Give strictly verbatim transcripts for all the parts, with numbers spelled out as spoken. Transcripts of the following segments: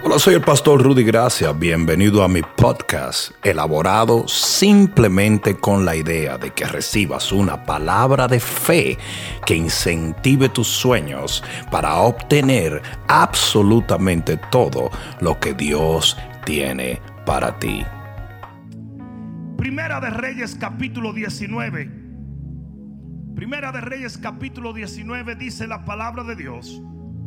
Hola, soy el pastor Rudy Gracia. Bienvenido a mi podcast, elaborado simplemente con la idea de que recibas una palabra de fe que incentive tus sueños para obtener absolutamente todo lo que Dios tiene para ti. Primera de Reyes capítulo diecinueve. Primera de Reyes capítulo diecinueve dice la palabra de Dios.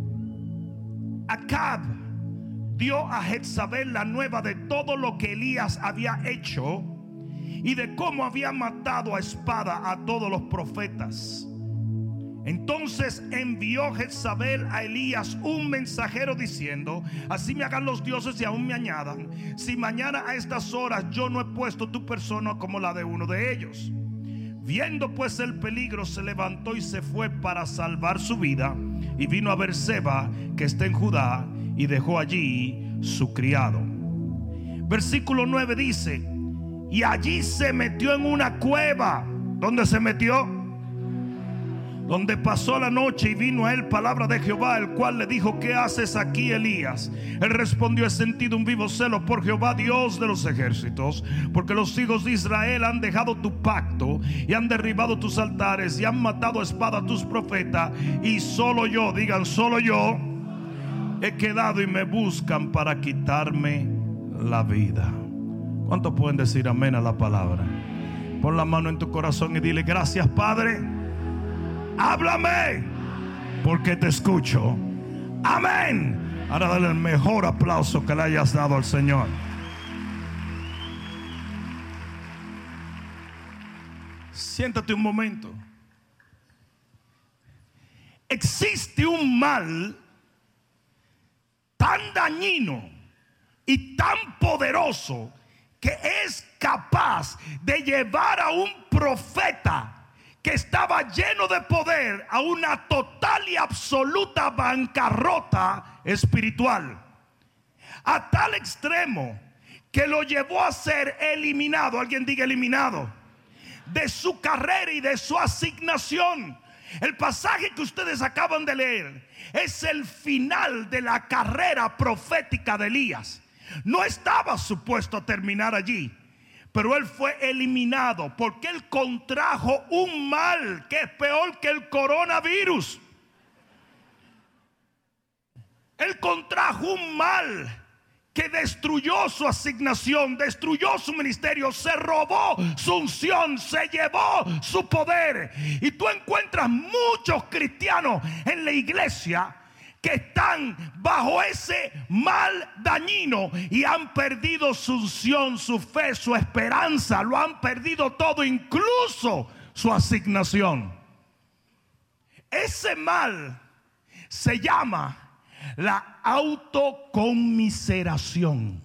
Acab dio a Jezabel la nueva de todo lo que Elías había hecho y de cómo había matado a espada a todos los profetas. Entonces envió Jezabel a Elías un mensajero diciendo: así me hagan los dioses y aún me añadan, si mañana a estas horas yo no he puesto tu persona como la de uno de ellos. Viendo pues el peligro, se levantó y se fue para salvar su vida, y vino a Berseba, que está en Judá, y dejó allí su criado. Versículo nueve dice: y allí se metió en una cueva. ¿Dónde se metió? Donde pasó la noche, y vino a él palabra de Jehová, el cual le dijo: ¿qué haces aquí, Elías? Él respondió: he sentido un vivo celo por Jehová, Dios de los ejércitos, porque los hijos de Israel han dejado tu pacto y han derribado tus altares y han matado a espada a tus profetas, y solo yo, digan solo yo, he quedado y me buscan para quitarme la vida. ¿Cuántos pueden decir amén a la palabra? Pon la mano en tu corazón y dile: gracias, Padre, háblame porque te escucho. Amén. Ahora dale el mejor aplauso que le hayas dado al Señor. Siéntate un momento. Existe un mal tan dañino y tan poderoso que es capaz de llevar a un profeta que estaba lleno de poder a una total y absoluta bancarrota espiritual, a tal extremo que lo llevó a ser eliminado. Alguien diga eliminado de su carrera y de su asignación. El pasaje que ustedes acaban de leer es el final de la carrera profética de Elías. No estaba supuesto a terminar allí, pero él fue eliminado porque él contrajo un mal que es peor que el coronavirus. Él contrajo un mal que destruyó su asignación, destruyó su ministerio, se robó su unción, se llevó su poder. Y tú encuentras muchos cristianos en la iglesia que están bajo ese mal dañino y han perdido su unción, su fe, su esperanza. Lo han perdido todo, incluso su asignación. Ese mal se llama la autoconmiseración.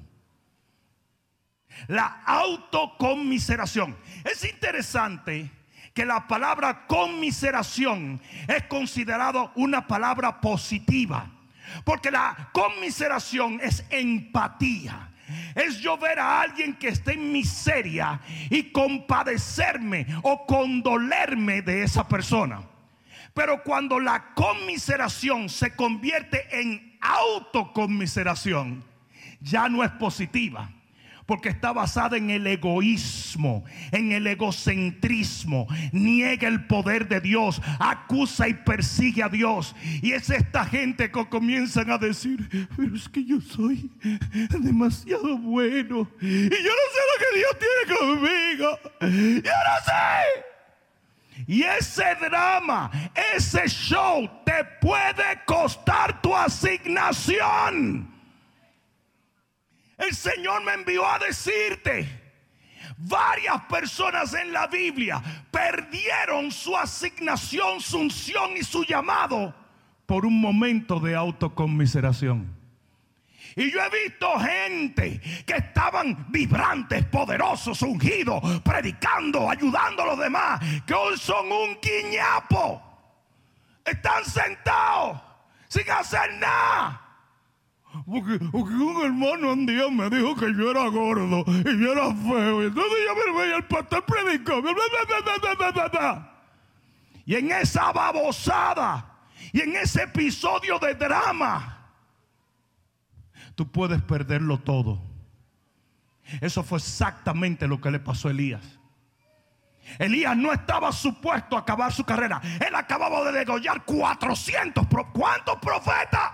La autoconmiseración. Es interesante que la palabra conmiseración es considerada una palabra positiva, porque la conmiseración es empatía. Es yo ver a alguien que está en miseria y compadecerme o condolerme de esa persona. Pero cuando la conmiseración se convierte en autoconmiseración, ya no es positiva, porque está basada en el egoísmo, en el egocentrismo. Niega el poder de Dios, acusa y persigue a Dios. Y es esta gente que comienzan a decir: pero es que yo soy demasiado bueno y yo no sé lo que Dios tiene conmigo. Yo no sé. Y ese drama, ese show te puede costar tu asignación. El Señor me envió a decirte: varias personas en la Biblia perdieron su asignación, su unción y su llamado por un momento de autoconmiseración. Y yo he visto gente que estaban vibrantes, poderosos, ungidos, predicando, ayudando a los demás, que hoy son un guiñapo. Están sentados sin hacer nada. Porque, porque un hermano un día me dijo que yo era gordo y yo era feo. Y entonces yo me veía el pastor predicó. Y en esa babosada y en ese episodio de drama, tú puedes perderlo todo. Eso fue exactamente lo que le pasó a Elías. Elías no estaba supuesto a acabar su carrera. Él acababa de degollar cuatrocientos. ¿Cuántos profetas?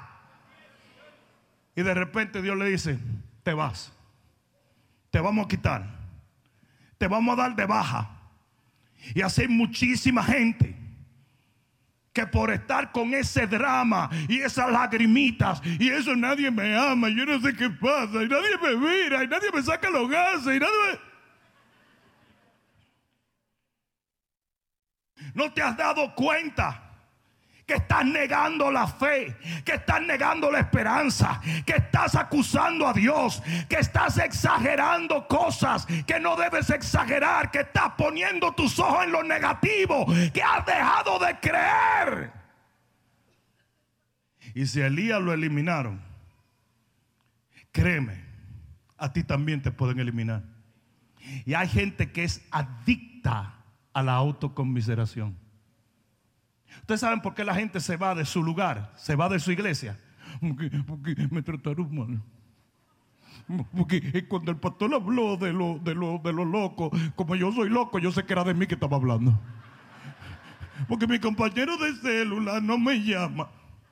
Y de repente Dios le dice: te vas, te vamos a quitar, te vamos a dar de baja. Y así hay muchísima gente que por estar con ese drama y esas lagrimitas y eso, nadie me ama, yo no sé qué pasa, y nadie me mira, y nadie me saca los gases, y nadie me... ¿No te has dado cuenta que estás negando la fe, que estás negando la esperanza, que estás acusando a Dios, que estás exagerando cosas que no debes exagerar, que estás poniendo tus ojos en lo negativo, que has dejado de creer? Y si a Elías lo eliminaron, créeme, a ti también te pueden eliminar. Y hay gente que es adicta a la autoconmiseración. Ustedes saben por qué la gente se va de su lugar, se va de su iglesia. Porque, porque me trataron mal. Porque cuando el pastor habló de lo, de lo, de lo loco, como yo soy loco, yo sé que era de mí que estaba hablando. Porque mi compañero de célula no me llama.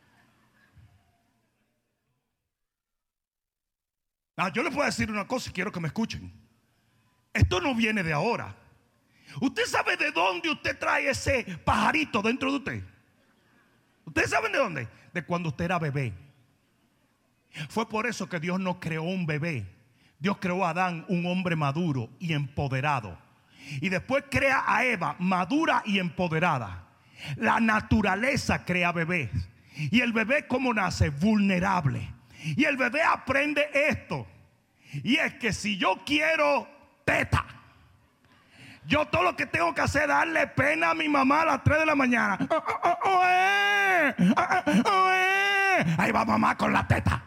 Ah, yo les puedo decir una cosa y quiero que me escuchen. Esto no viene de ahora. ¿Usted sabe de dónde usted trae ese pajarito dentro de usted? ¿Ustedes saben de dónde? De cuando usted era bebé. Fue por eso que Dios no creó un bebé. Dios creó a Adán, un hombre maduro y empoderado. Y después crea a Eva, madura y empoderada. La naturaleza crea bebés. Y el bebé, ¿cómo nace? Vulnerable. Y el bebé aprende esto. Y es que si yo quiero teta, yo todo lo que tengo que hacer es darle pena a mi mamá a las tres de la mañana. Oh, oh, oh, eh, oh, oh, eh. Ahí va mamá con la teta.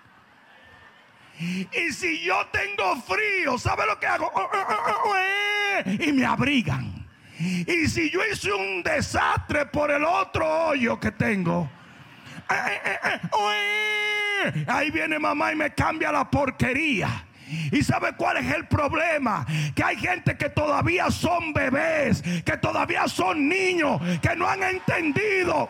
Y si yo tengo frío, ¿sabe lo que hago? Oh, oh, oh, oh, eh. Y me abrigan. Y si yo hice un desastre por el otro hoyo que tengo, eh, eh, eh, oh, eh. ahí viene mamá y me cambia la porquería. ¿Y sabe cuál es el problema? Que hay gente que todavía son bebés, que todavía son niños, que no han entendido.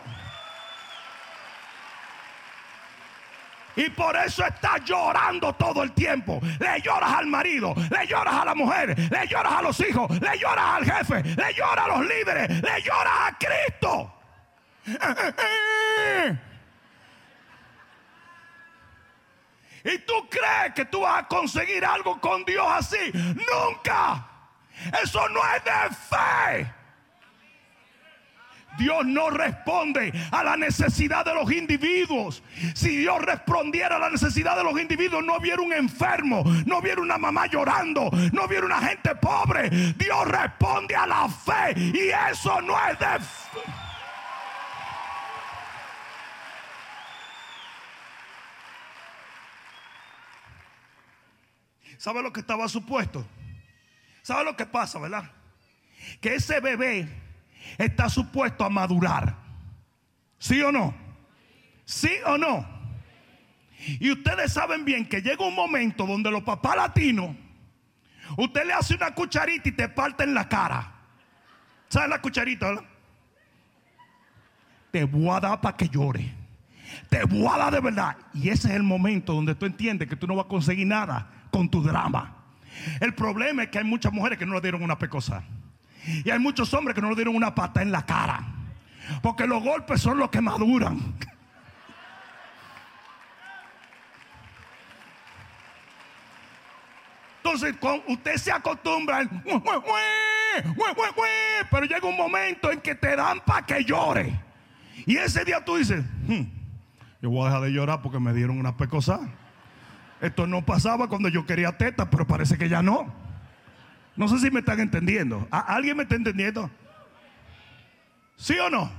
Y por eso estás llorando todo el tiempo. Le lloras al marido, le lloras a la mujer, le lloras a los hijos, le lloras al jefe, le lloras a los líderes, le lloras a Cristo. ¿Y tú crees que tú vas a conseguir algo con Dios así? ¡Nunca! Eso no es de fe. Dios no responde a la necesidad de los individuos. Si Dios respondiera a la necesidad de los individuos, no hubiera un enfermo, no hubiera una mamá llorando, no hubiera una gente pobre. Dios responde a la fe, y eso no es de fe. ¿Sabe lo que estaba supuesto? ¿Sabe lo que pasa, verdad? Que ese bebé está supuesto a madurar. ¿Sí o no? ¿Sí o no? Y ustedes saben bien que llega un momento donde los papás latinos, usted le hace una cucharita y te parte en la cara. ¿Sabes la cucharita, verdad? Te voy a dar para que llore. Te voy a dar de verdad. Y ese es el momento donde tú entiendes que tú no vas a conseguir nada con tu drama. El problema es que hay muchas mujeres que no le dieron una pecosa. Y hay muchos hombres que no le dieron una pata en la cara. Porque los golpes son los que maduran. Entonces usted se acostumbra, pero llega un momento en que te dan para que llore. Y ese día tú dices, hmm, yo voy a dejar de llorar porque me dieron una pecosa. Esto no pasaba cuando yo quería teta, pero parece que ya no. No sé si me están entendiendo. ¿Alguien me está entendiendo? ¿Sí o no?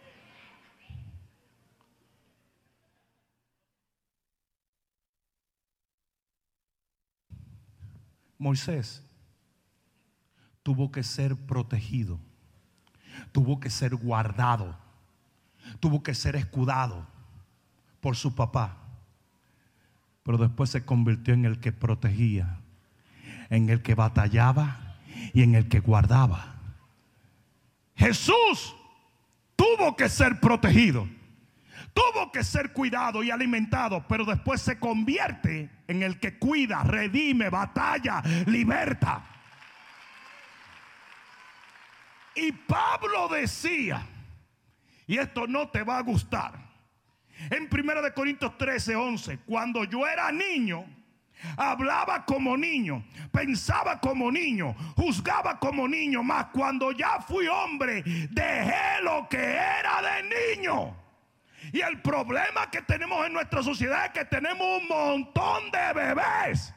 Moisés tuvo que ser protegido, tuvo que ser guardado, tuvo que ser escudado por su papá. pero después se convirtió en el que protegía, en el que batallaba y en el que guardaba. Jesús tuvo que ser protegido, tuvo que ser cuidado y alimentado, pero después se convierte en el que cuida, redime, batalla, liberta. Y Pablo decía, y esto no te va a gustar, en primera de Corintios trece, once, cuando yo era niño, hablaba como niño, pensaba como niño, juzgaba como niño, mas cuando ya fui hombre, dejé lo que era de niño. Y el problema que tenemos en nuestra sociedad es que tenemos un montón de bebés.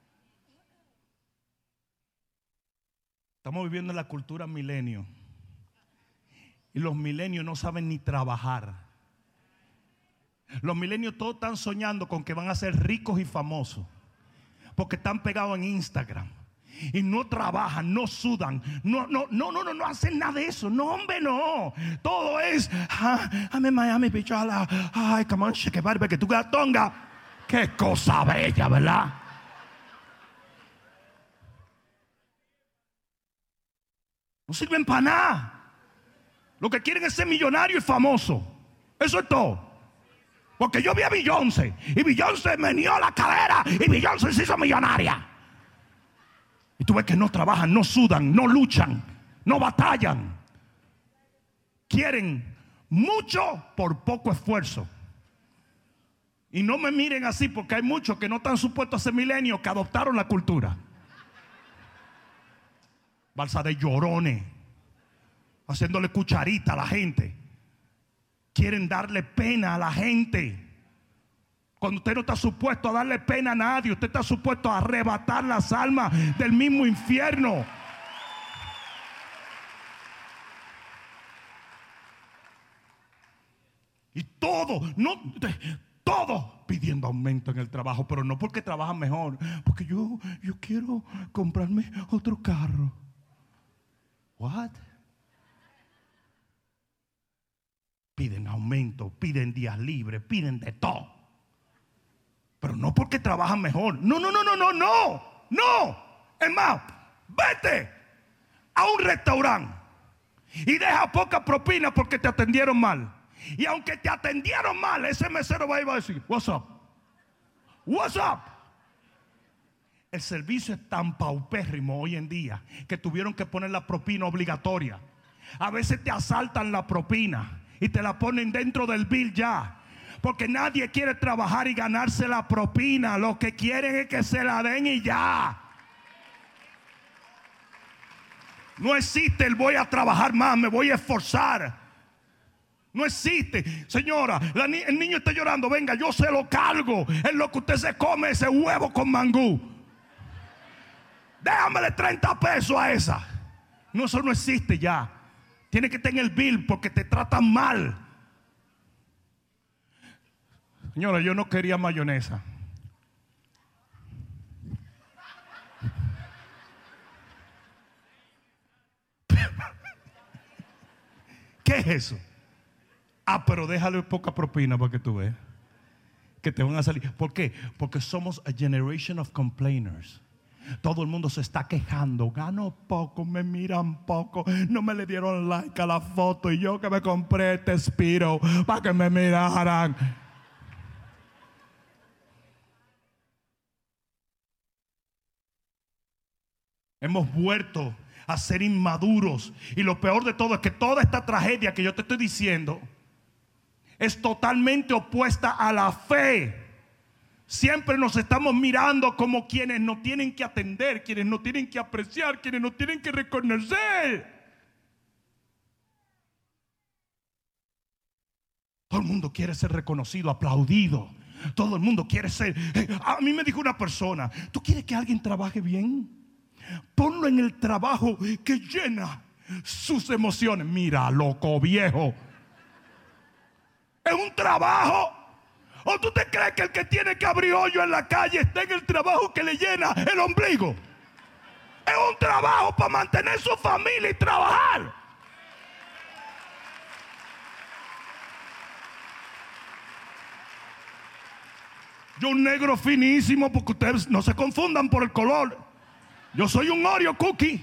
Estamos viviendo en la cultura milenio. Y los milenios no saben ni trabajar. Los milenios todos están soñando con que van a ser ricos y famosos, porque están pegados en Instagram y no trabajan, no sudan, no, no, no, no, no, no hacen nada de eso. No, hombre, no. Todo es, ah, I'm in Miami Beach, ay, come on, shake it, que tú gatonga. Qué cosa bella, ¿verdad? No sirven para nada. Lo que quieren es ser millonario y famoso. Eso es todo. Porque yo vi a Beyoncé y Beyoncé meneó la cadera y Beyoncé se hizo millonaria. Y tú ves que no trabajan, no sudan, no luchan, no batallan. Quieren mucho por poco esfuerzo. Y no me miren así, porque hay muchos que no están supuestos a ser milenios, que adoptaron la cultura. Balsa de llorones, haciéndole cucharita a la gente. Quieren darle pena a la gente, cuando usted no está supuesto a darle pena a nadie. Usted está supuesto a arrebatar las almas del mismo infierno. Y todo, no, todos pidiendo aumento en el trabajo, pero no porque trabajan mejor, porque yo, yo quiero comprarme otro carro. What? Piden aumento, piden días libres, piden de todo. Pero no porque trabajan mejor. No, no, no, no, no, no. No. Es más, vete a un restaurante y deja poca propina porque te atendieron mal. Y aunque te atendieron mal, ese mesero va a ir a decir, what's up? What's up? El servicio es tan paupérrimo hoy en día que tuvieron que poner la propina obligatoria. A veces te asaltan la propina y te la ponen dentro del bill ya, porque nadie quiere trabajar y ganarse la propina. Lo que quieren es que se la den y ya. No existe el voy a trabajar más, me voy a esforzar. No existe. Señora, la ni- el niño está llorando, venga, yo se lo cargo. Es lo que usted se come, ese huevo con mangú. Déjamele treinta pesos a esa. No, eso no existe ya. Tiene que tener el bill porque te tratan mal. Señora, yo no quería mayonesa. ¿Qué es eso? Ah, pero déjale poca propina para que tú veas que te van a salir. ¿Por qué? Porque somos a generation of complainers. Todo el mundo se está quejando. Gano poco, me miran poco, no me le dieron like a la foto, y yo que me compré este Spiro para que me miraran. Hemos vuelto a ser inmaduros. Y lo peor de todo es que toda esta tragedia que yo te estoy diciendo es totalmente opuesta a la fe. Siempre nos estamos mirando como quienes no tienen que atender, quienes no tienen que apreciar, quienes no tienen que reconocer. Todo el mundo quiere ser reconocido, aplaudido. Todo el mundo quiere ser. A mí me dijo una persona: ¿tú quieres que alguien trabaje bien? Ponlo en el trabajo que llena sus emociones. Mira, loco viejo, es un trabajo. ¿O tú te crees que el que tiene que abrir hoyo en la calle está en el trabajo que le llena el ombligo? Es un trabajo para mantener su familia y trabajar. Yo un negro finísimo, porque ustedes no se confundan por el color. Yo soy un Oreo cookie.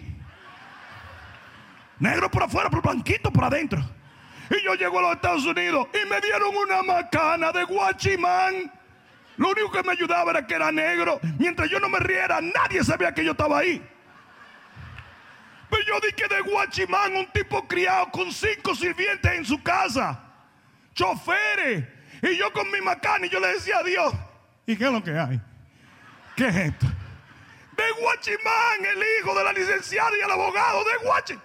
Negro por afuera, pero blanquito por adentro. Y yo llego a los Estados Unidos y me dieron una macana de guachimán. Lo único que me ayudaba era que era negro. Mientras yo no me riera, nadie sabía que yo estaba ahí. Pero yo dije de guachimán, un tipo criado con cinco sirvientes en su casa, choferes, y yo con mi macana, y yo le decía a Dios, ¿y qué es lo que hay? ¿Qué es esto? De guachimán, el hijo de la licenciada y el abogado de guachimán.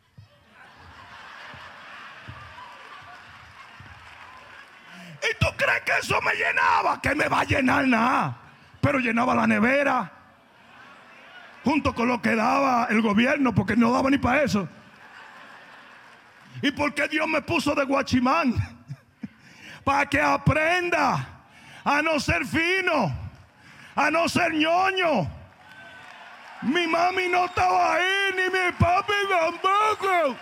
¿Y tú crees que eso me llenaba? Que me va a llenar nada. Pero llenaba la nevera, junto con lo que daba el gobierno, porque no daba ni para eso. ¿Y por qué Dios me puso de guachimán? Para que aprenda a no ser fino, a no ser ñoño. Mi mami no estaba ahí, ni mi papi tampoco.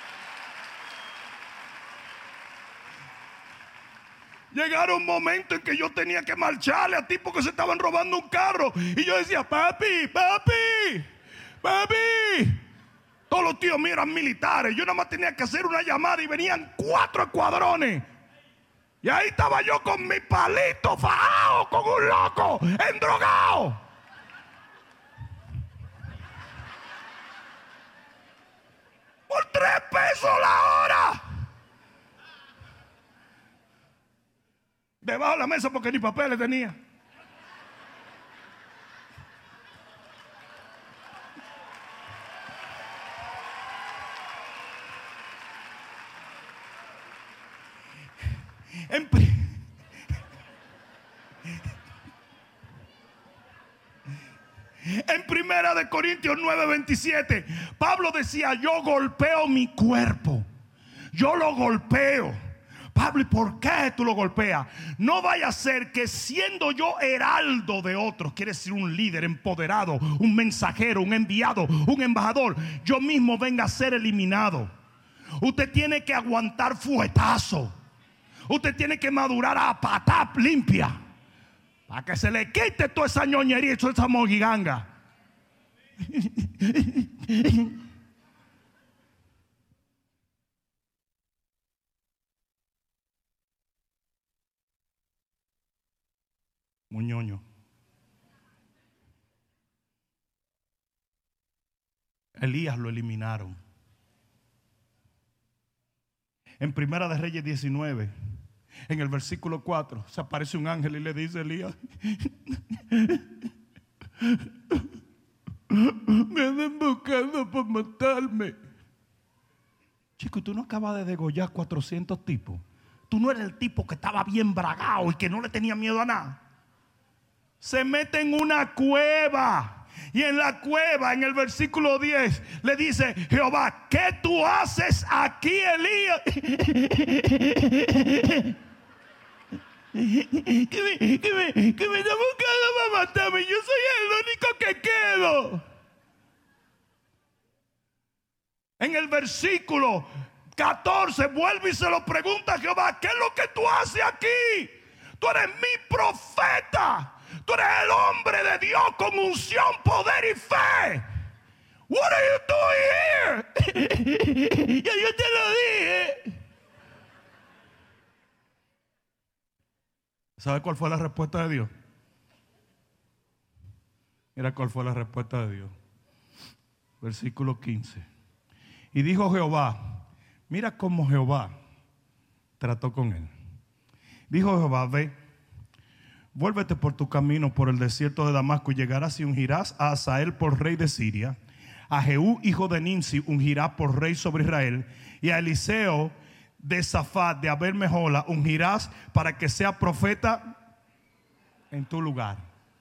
Llegaron momentos en que yo tenía que marcharle a tipos que se estaban robando un carro. Y yo decía, papi, papi, papi. Todos los tíos míos eran militares. Yo nada más tenía que hacer una llamada y venían cuatro escuadrones. Y ahí estaba yo con mi palito fajado, con un loco, endrogado. Por tres pesos la hora. Debajo de la mesa porque ni papeles tenía. En, pri en Primera de Corintios nueve veintisiete, Pablo decía, yo golpeo mi cuerpo. Yo lo golpeo. Pablo, ¿y por qué tú lo golpeas? No vaya a ser que siendo yo heraldo de otros, quiere decir un líder empoderado, un mensajero, un enviado, un embajador, yo mismo venga a ser eliminado. Usted tiene que aguantar fuetazo. Usted tiene que madurar a patada limpia para que se le quite toda esa ñoñería y toda esa mojiganga. Muñoño. Elías lo eliminaron. En Primera de Reyes diecinueve, en el versículo cuatro, se aparece un ángel y le dice a Elías, me andan buscando por matarme. Chico, tú no acabas de degollar cuatrocientos tipos. Tú no eres el tipo que estaba bien bragado y que no le tenía miedo a nada. Se mete en una cueva. Y en la cueva, en el versículo diez, le dice Jehová, ¿qué tú haces aquí, Elías? que, me, que, me, que me está buscando para matarme. Yo soy el único que quedo. En el versículo catorce vuelve y se lo pregunta a Jehová, ¿qué es lo que tú haces aquí? Tú eres mi profeta. Tú eres el hombre de Dios con unción, poder y fe. What are you doing here? Ya yo te lo dije. ¿Sabe cuál fue la respuesta de Dios? Mira cuál fue la respuesta de Dios. Versículo quince. Y dijo Jehová, mira cómo Jehová trató con él. Dijo Jehová, ve, vuélvete por tu camino por el desierto de Damasco y llegarás y ungirás a Hazael por rey de Siria, a Jehú hijo de Nimsi ungirás por rey sobre Israel, y a Eliseo de Safat de Abel Mejola ungirás para que sea profeta en tu lugar.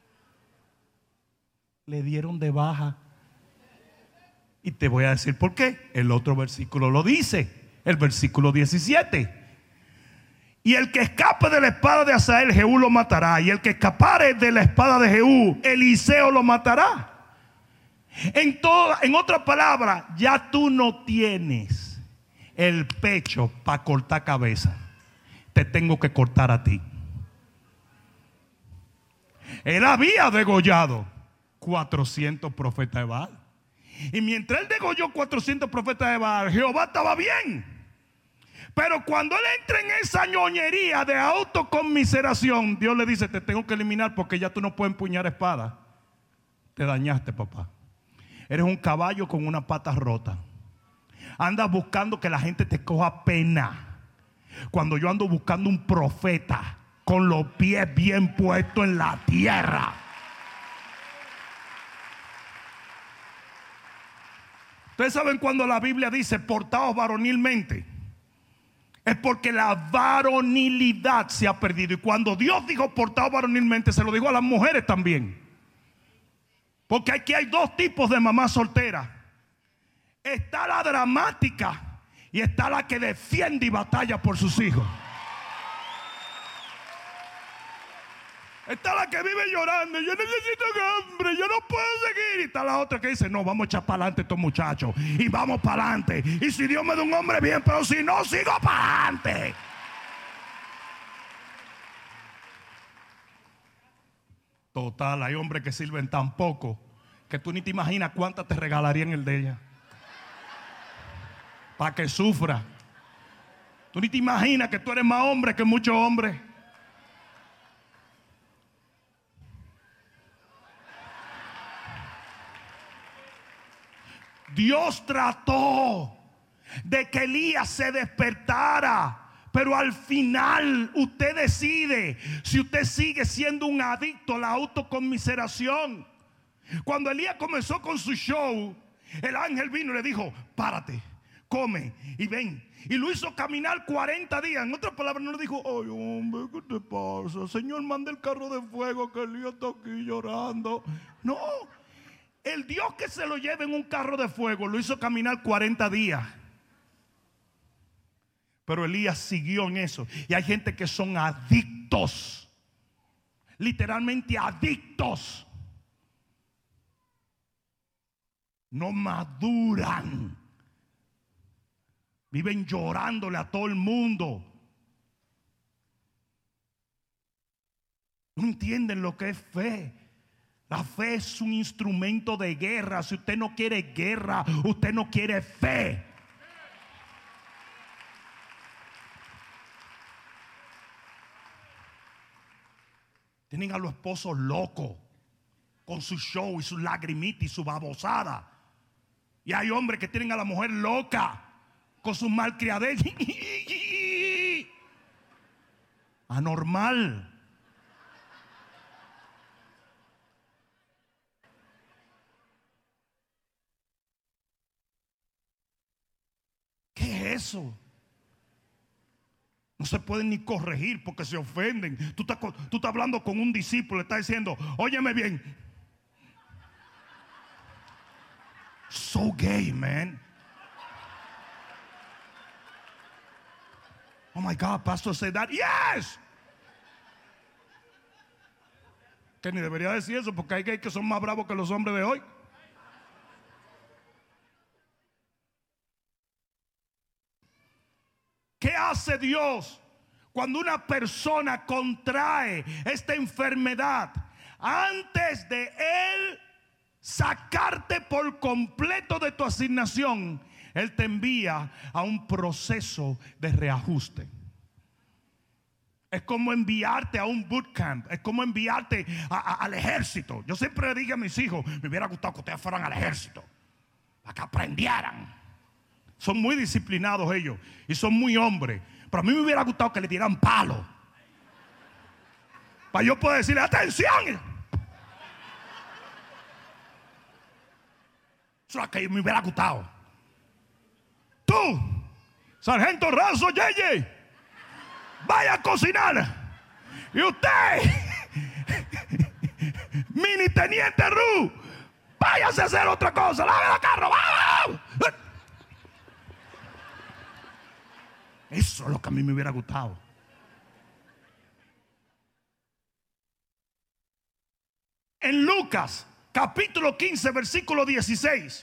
Le dieron de baja. Y te voy a decir por qué. El otro versículo lo dice, el versículo diecisiete. Y el que escape de la espada de Hazael, Jehú lo matará. Y el que escapare de la espada de Jehú, Eliseo lo matará. En, toda, en otras palabras, ya tú no tienes el pecho para cortar cabeza. Te tengo que cortar a ti. él había degollado cuatrocientos profetas de Baal. Y mientras él degolló cuatrocientos profetas de Baal, Jehová estaba bien. Pero cuando él entra en esa ñoñería de autoconmiseración, Dios le dice: te tengo que eliminar porque ya tú no puedes empuñar espada. Te dañaste, papá. Eres un caballo con una pata rota. Andas buscando que la gente te coja pena, cuando yo ando buscando un profeta con los pies bien puestos en la tierra. Ustedes saben cuando la Biblia dice portaos varonilmente, es porque la varonilidad se ha perdido. Y cuando Dios dijo portaos varonilmente, se lo dijo a las mujeres también. Porque aquí hay dos tipos de mamás solteras. Está la dramática y está la que defiende y batalla por sus hijos. Está la que vive llorando: yo necesito hambre, yo no puedo seguir. Y está la otra que dice: no, vamos a echar para adelante estos muchachos, y vamos para adelante. Y si Dios me da un hombre, bien, pero si no, sigo para adelante. Total, hay hombres que sirven tan poco que tú ni te imaginas cuántas te regalarían el de ella, para que sufra. Tú ni te imaginas que tú eres más hombre que muchos hombres. Dios trató de que Elías se despertara, pero al final usted decide si usted sigue siendo un adicto a la autoconmiseración. Cuando Elías comenzó con su show, el ángel vino y le dijo: párate, come y ven. Y lo hizo caminar cuarenta días. En otras palabras, no le dijo: ay, hombre, ¿qué te pasa? Señor, manda el carro de fuego, que Elías está aquí llorando. No, el Dios que se lo lleve en un carro de fuego lo hizo caminar cuarenta días. Pero Elías siguió en eso. Y hay gente que son adictos, literalmente adictos. No maduran. Viven llorándole a todo el mundo. No entienden lo que es fe. La fe es un instrumento de guerra. Si usted no quiere guerra, usted no quiere fe. Tienen a los esposos locos con su show y su lagrimita y su babosada. Y hay hombres que tienen a la mujer loca con su malcriadez. Anormal. ¿Qué es eso? No se pueden ni corregir porque se ofenden. Tú estás, tú estás hablando con un discípulo, le estás diciendo: óyeme bien. So gay, man. Oh my God, pastor said that. Yes. Que ni debería decir eso, porque hay gays que son más bravos que los hombres de hoy. ¿Qué hace Dios cuando una persona contrae esta enfermedad? Antes de Él sacarte por completo de tu asignación, Él te envía a un proceso de reajuste. Es como enviarte a un bootcamp. Es como enviarte a, a, al ejército. Yo siempre le digo a mis hijos: me hubiera gustado que ustedes fueran al ejército, para que aprendieran. Son muy disciplinados ellos y son muy hombres. Pero a mí me hubiera gustado que le dieran palo, para yo poder decirle: atención. Eso es lo que me hubiera gustado. Tú, sargento Razo Yeye, vaya a cocinar. Y usted, mini teniente Ru, váyase a hacer otra cosa. Lave el carro, vamos. Eso es lo que a mí me hubiera gustado. En Lucas capítulo quince versículo dieciséis,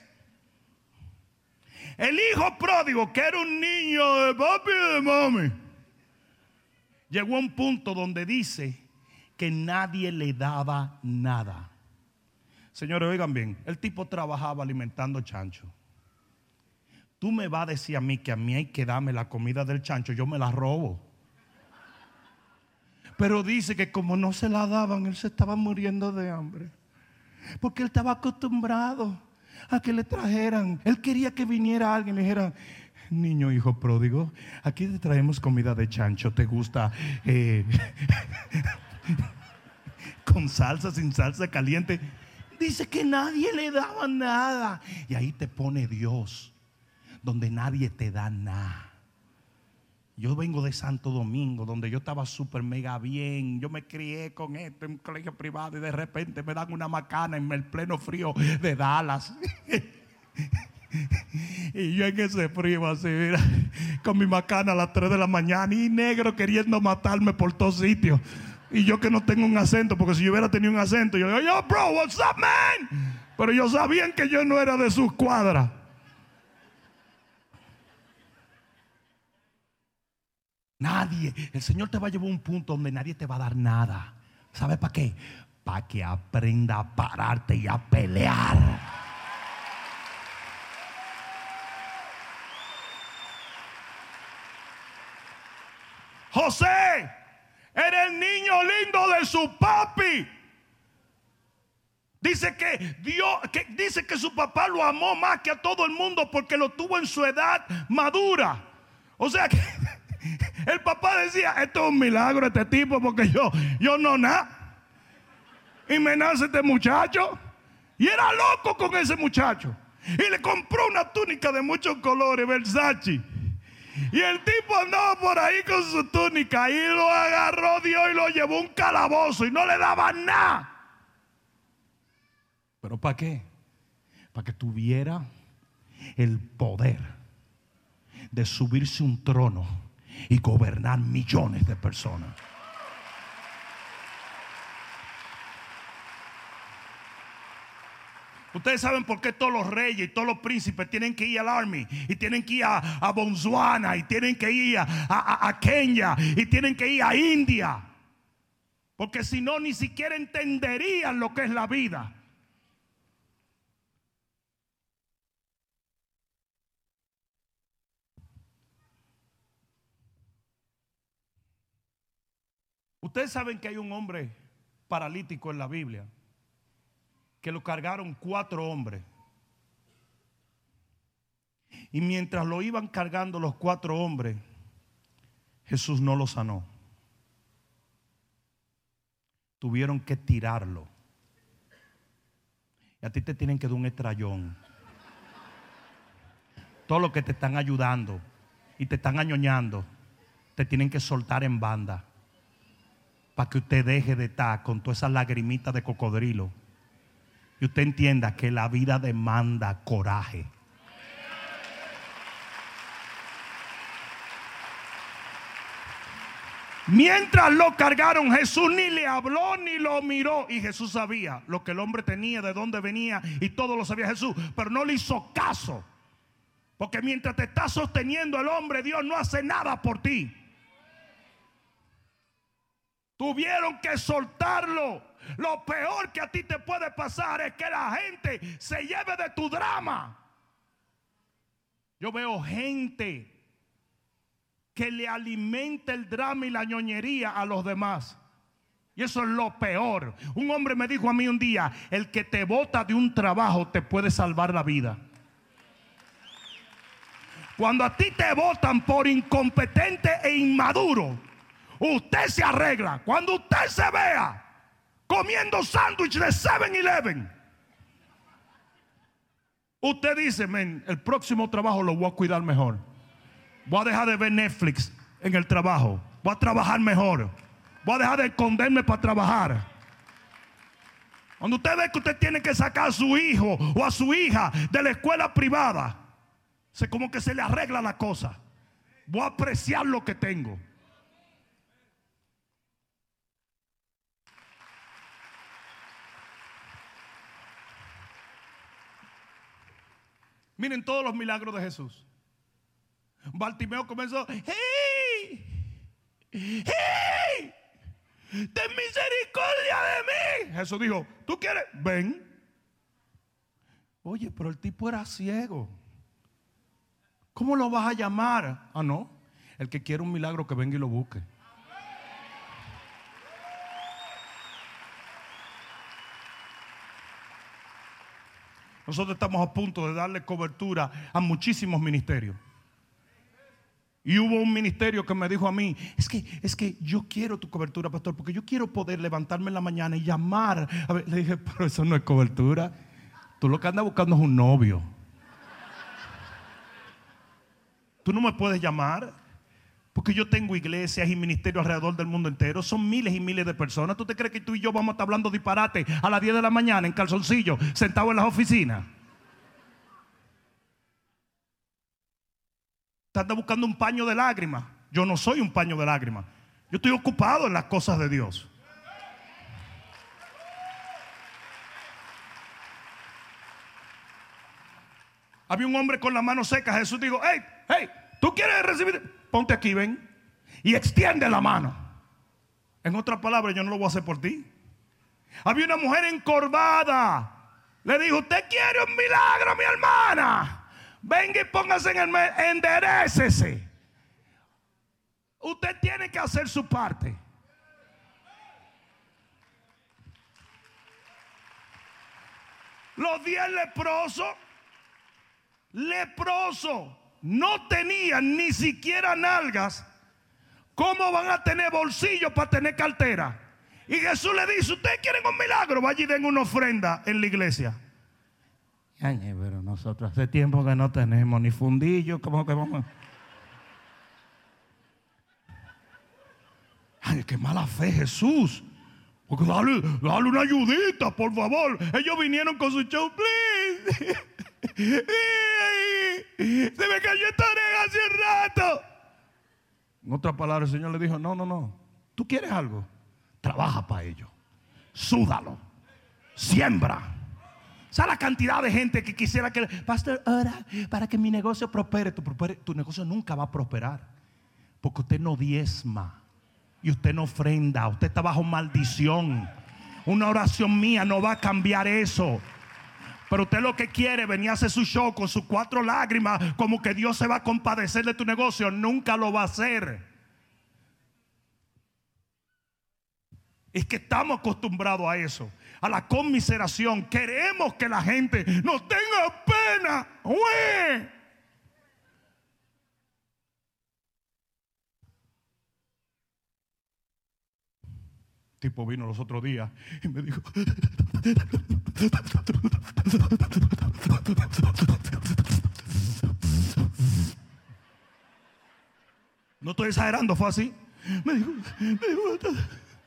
el hijo pródigo, que era un niño de papi y de mami, llegó a un punto donde dice que nadie le daba nada. Señores, oigan bien, el tipo trabajaba alimentando chancho. Tú me vas a decir a mí que a mí hay que darme la comida del chancho, yo me la robo. Pero dice que como no se la daban, él se estaba muriendo de hambre. Porque él estaba acostumbrado a que le trajeran. Él quería que viniera alguien y le dijera: niño hijo pródigo, aquí te traemos comida de chancho. ¿Te gusta eh, con salsa, sin salsa, caliente? Dice que nadie le daba nada. Y ahí te pone Dios, donde nadie te da nada. Yo vengo de Santo Domingo, donde yo estaba súper mega bien. Yo me crié con esto en un colegio privado y de repente me dan una macana en el pleno frío de Dallas. Y yo en ese frío así, mira, con mi macana a las tres de la mañana y negro queriendo matarme por todos sitios. Y yo que no tengo un acento, porque si yo hubiera tenido un acento, yo digo: yo bro, what's up man? Pero ellos sabían que yo no era de sus cuadras. Nadie, el Señor te va a llevar a un punto donde nadie te va a dar nada. ¿Sabes para qué? Para que aprenda a pararte y a pelear. José era el niño lindo de su papi. Dice que Dios, que dice que su papá lo amó más que a todo el mundo porque lo tuvo en su edad madura. O sea que el papá decía: esto es un milagro este tipo, porque yo, yo no nada. Y me nace este muchacho. Y era loco con ese muchacho. Y le compró una túnica de muchos colores, Versace. Y el tipo andaba por ahí con su túnica y lo agarró Dios y lo llevó a un calabozo y no le daba nada. ¿Pero para qué? Para que tuviera el poder de subirse un trono y gobernar millones de personas. Ustedes saben por qué todos los reyes y todos los príncipes tienen que ir al army y tienen que ir a, a Botswana y tienen que ir a, a, a Kenia y tienen que ir a India. Porque si no, ni siquiera entenderían lo que es la vida. Ustedes saben que hay un hombre paralítico en la Biblia, que lo cargaron cuatro hombres. Y mientras lo iban cargando los cuatro hombres, Jesús no lo sanó. Tuvieron que tirarlo. Y a ti te tienen que dar un estrellón. Todos los que te están ayudando y te están añoñando, te tienen que soltar en banda, para que usted deje de estar con todas esas lagrimitas de cocodrilo y usted entienda que la vida demanda coraje. Mientras lo cargaron, Jesús ni le habló ni lo miró. Y Jesús sabía lo que el hombre tenía, de dónde venía, y todo lo sabía Jesús, pero no le hizo caso. Porque mientras te está sosteniendo el hombre, Dios no hace nada por ti. Tuvieron que soltarlo. Lo peor que a ti te puede pasar es que la gente se lleve de tu drama. Yo veo gente que le alimenta el drama y la ñoñería a los demás. Y eso es lo peor. Un hombre me dijo a mí un día: el que te bota de un trabajo te puede salvar la vida. Cuando a ti te botan por incompetente e inmaduro, usted se arregla. Cuando usted se vea comiendo sándwich de seven eleven, usted dice: men, el próximo trabajo lo voy a cuidar mejor. Voy a dejar de ver Netflix en el trabajo. Voy a trabajar mejor. Voy a dejar de esconderme para trabajar. Cuando usted ve que usted tiene que sacar a su hijo o a su hija de la escuela privada, se como que se le arregla la cosa. Voy a apreciar lo que tengo. Miren todos los milagros de Jesús. Bartimeo comenzó: ¡hey! ¡hey! ten misericordia de mí. Jesús dijo, ¿tú quieres? Ven. Oye, pero el tipo era ciego. ¿Cómo lo vas a llamar? Ah, no. El que quiere un milagro que venga y lo busque. Nosotros estamos a punto de darle cobertura a muchísimos ministerios. Y hubo un ministerio que me dijo a mí, es que, es que yo quiero tu cobertura, pastor, porque yo quiero poder levantarme en la mañana y llamar. A ver, le dije, pero eso no es cobertura. Tú lo que andas buscando es un novio. Tú no me puedes llamar, porque yo tengo iglesias y ministerios alrededor del mundo entero. Son miles y miles de personas. ¿Tú te crees que tú y yo vamos a estar hablando disparate a las diez de la mañana en calzoncillo, sentados en las oficinas? Estás buscando un paño de lágrimas. Yo no soy un paño de lágrimas. Yo estoy ocupado en las cosas de Dios. Había un hombre con la mano seca. Jesús dijo, hey, hey, ¿tú quieres recibir? Ponte aquí, ven. Y extiende la mano. En otras palabras, yo no lo voy a hacer por ti. Había una mujer encorvada. Le dijo, ¿usted quiere un milagro, mi hermana? Venga y póngase en el medio, enderécese. Usted tiene que hacer su parte. Los diez leprosos, leprosos, no tenían ni siquiera nalgas. ¿Cómo van a tener bolsillos para tener cartera? Y Jesús le dice, ¿ustedes quieren un milagro? Vaya y den una ofrenda en la iglesia. Ay, pero nosotros hace tiempo que no tenemos ni fundillo. ¿Cómo que vamos? Ay, qué mala fe, Jesús. Porque dale, dale una ayudita, por favor. Ellos vinieron con su show, please. Se me cayó esta oreja hace un rato. En otras palabras, el Señor le dijo, no, no, no. ¿Tú quieres algo? Trabaja para ello. Súdalo. Siembra. ¿Sabes la cantidad de gente que quisiera que, pastor, ora para que mi negocio prospere? Tu, prospere? Tu negocio nunca va a prosperar, porque usted no diezma y usted no ofrenda. Usted está bajo maldición. Una oración mía no va a cambiar eso. Pero usted lo que quiere, venir a hacer su show con sus cuatro lágrimas, como que Dios se va a compadecer de tu negocio. Nunca lo va a hacer. Es que estamos acostumbrados a eso, a la conmiseración. Queremos que la gente nos tenga pena. ¡Ué! Tipo vino los otros días y me dijo, no estoy exagerando, fue así. Me dijo, me dijo,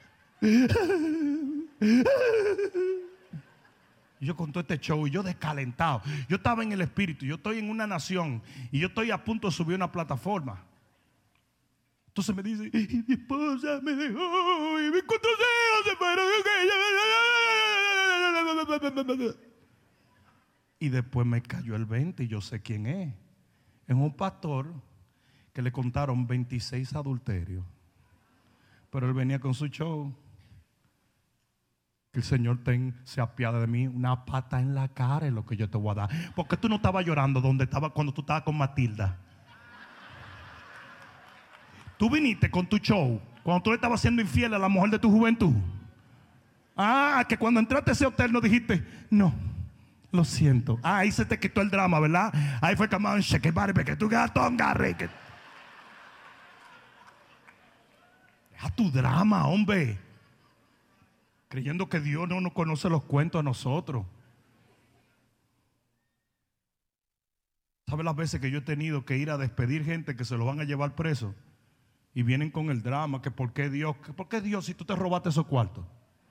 y yo con todo este show y yo descalentado. Yo estaba en el espíritu. Yo estoy en una nación y yo estoy a punto de subir una plataforma. Entonces me dice, y mi esposa me dejó y mis cuatro hijos se fueron. Y después me cayó el veinte y yo sé quién es. Es un pastor que le contaron veintiséis adulterios. Pero él venía con su show. Que el Señor ten, se apiade de mí. Una pata en la cara es lo que yo te voy a dar. ¿Por qué tú no estabas llorando donde estaba cuando tú estabas con Matilda? Tú viniste con tu show cuando tú le estabas siendo infiel a la mujer de tu juventud. Ah, que cuando entraste a ese hotel no dijiste, no, lo siento. Ah, ahí se te quitó el drama, ¿verdad? Ahí fue como un cheque barbe que tú gato garre. Que... Deja tu drama, hombre. Creyendo que Dios no nos conoce los cuentos a nosotros. ¿Sabes las veces que yo he tenido que ir a despedir gente que se lo van a llevar preso? Y vienen con el drama, que por qué Dios, que por qué Dios si tú te robaste esos cuartos.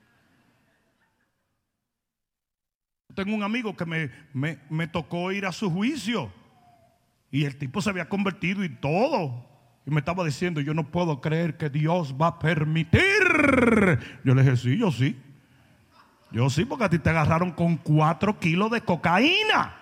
Tengo un amigo que me, me, me tocó ir a su juicio. Y el tipo se había convertido y todo. Y me estaba diciendo, yo no puedo creer que Dios va a permitir. Yo le dije, sí, yo sí. Yo sí, porque a ti te agarraron con cuatro kilos de cocaína.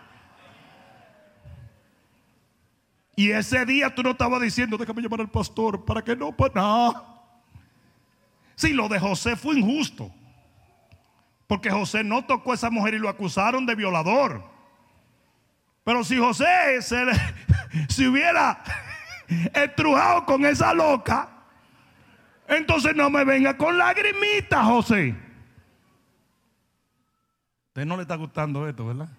Y ese día tú no estabas diciendo, déjame llamar al pastor para que no, pues no. Sí, lo de José fue injusto, porque José no tocó a esa mujer y lo acusaron de violador. Pero si José se, le, se hubiera estrujado con esa loca, entonces no me venga con lagrimitas, José. A usted no le está gustando esto, ¿verdad?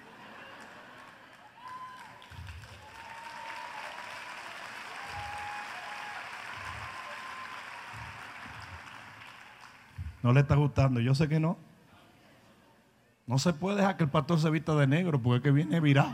No le está gustando, yo sé que no. No se puede dejar que el pastor se vista de negro, porque es que viene virado.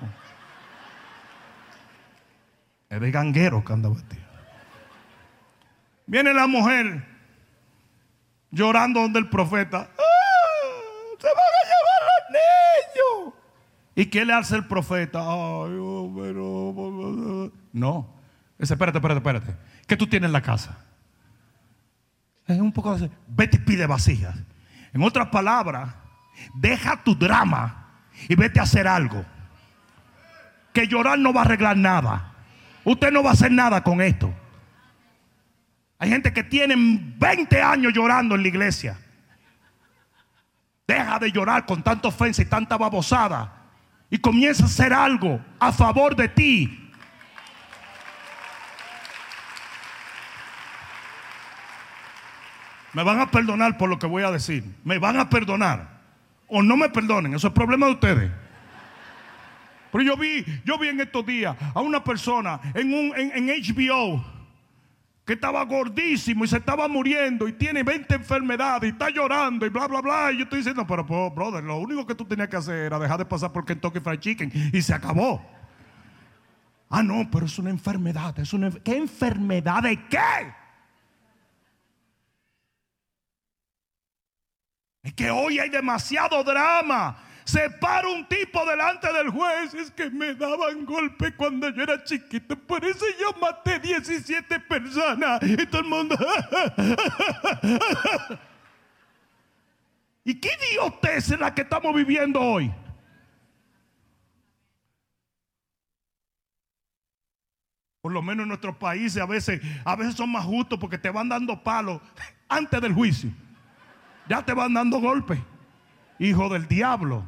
Es de ganguero que anda vestido. Viene la mujer llorando donde el profeta. ¡Ah! ¡Se van a llevar los niños! ¿Y qué le hace el profeta? Ay, oh, pero... No. Dice, espérate, espérate, espérate. ¿Qué tú tienes en la casa? Es un poco así. Vete y pide vasijas. En otras palabras, deja tu drama y vete a hacer algo. Que llorar no va a arreglar nada. Usted no va a hacer nada con esto. Hay gente que tiene veinte años llorando en la iglesia. Deja de llorar con tanta ofensa y tanta babosada y comienza a hacer algo a favor de ti. Me van a perdonar por lo que voy a decir. Me van a perdonar. O no me perdonen. Eso es problema de ustedes. Pero yo vi, yo vi en estos días a una persona en, un, en, en H B O que estaba gordísimo y se estaba muriendo y tiene veinte enfermedades y está llorando y bla, bla, bla. Y yo estoy diciendo, pero, pero brother, lo único que tú tenías que hacer era dejar de pasar por Kentucky Fried Chicken y se acabó. Ah, no, pero es una enfermedad. Es una, ¿qué enfermedad de qué? Es que hoy hay demasiado drama. Se para un tipo delante del juez. Es que me daban golpe cuando yo era chiquito, por eso yo maté diecisiete personas. Y todo el mundo ¿y qué idiotez es la que estamos viviendo hoy? Por lo menos en nuestros países a veces, a veces son más justos, porque te van dando palos antes del juicio. Ya te van dando golpes, hijo del diablo.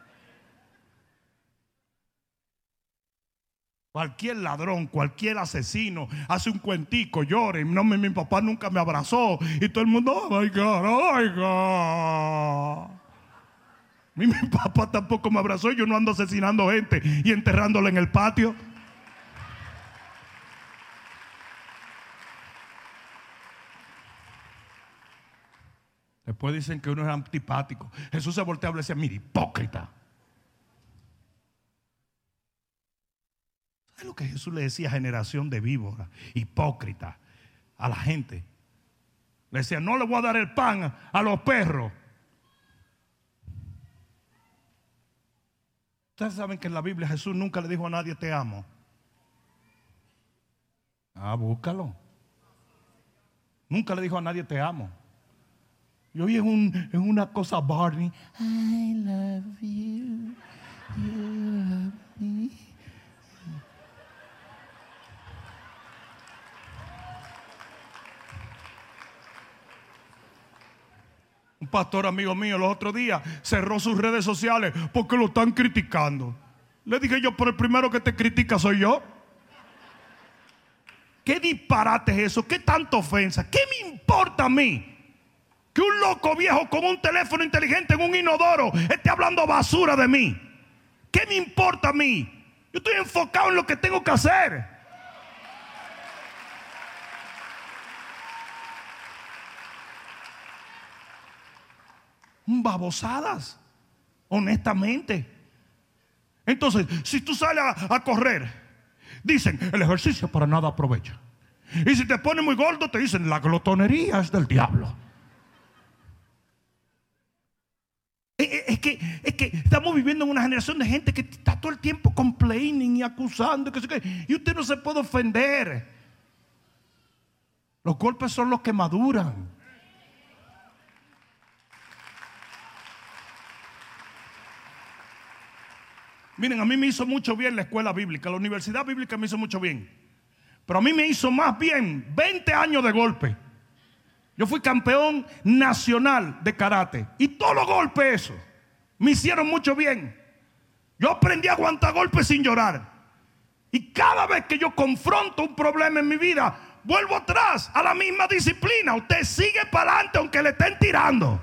Cualquier ladrón, cualquier asesino hace un cuentico, llore. No, mi, mi papá nunca me abrazó. Y todo el mundo, oh my God, oh my God. Mi, mi papá tampoco me abrazó. Yo no ando asesinando gente y enterrándola en el patio. Después dicen que uno es antipático. Jesús se voltea y decía, mira, hipócrita. ¿Sabes lo que Jesús le decía a generación de víboras? Hipócrita a la gente. Le decía, no le voy a dar el pan a los perros. Ustedes saben que en la Biblia Jesús nunca le dijo a nadie te amo. Ah, búscalo. Nunca le dijo a nadie te amo. Y hoy es, un, es una cosa Barney. I love you. You love me. Un pastor amigo mío los otros días cerró sus redes sociales porque lo están criticando. Le dije yo, pero el primero que te critica soy yo. ¿Qué disparate es eso? ¿Qué tanta ofensa? ¿Qué me importa a mí que un loco viejo con un teléfono inteligente en un inodoro esté hablando basura de mí? ¿Qué me importa a mí? Yo estoy enfocado en lo que tengo que hacer. Babosadas, honestamente. Entonces, si tú sales a, a correr, dicen, el ejercicio para nada aprovecha. Y si te pones muy gordo, te dicen, la glotonería es del diablo. Es que, es que estamos viviendo en una generación de gente que está todo el tiempo complaining y acusando, que sé qué, y usted no se puede ofender. Los golpes son los que maduran. Miren, a mí me hizo mucho bien la escuela bíblica, la universidad bíblica me hizo mucho bien. Pero a mí me hizo más bien veinte años de golpe. Yo fui campeón nacional de karate. Y todos los golpes esos me hicieron mucho bien. Yo aprendí a aguantar golpes sin llorar. Y cada vez que yo confronto un problema en mi vida, vuelvo atrás a la misma disciplina. Usted sigue para adelante aunque le estén tirando.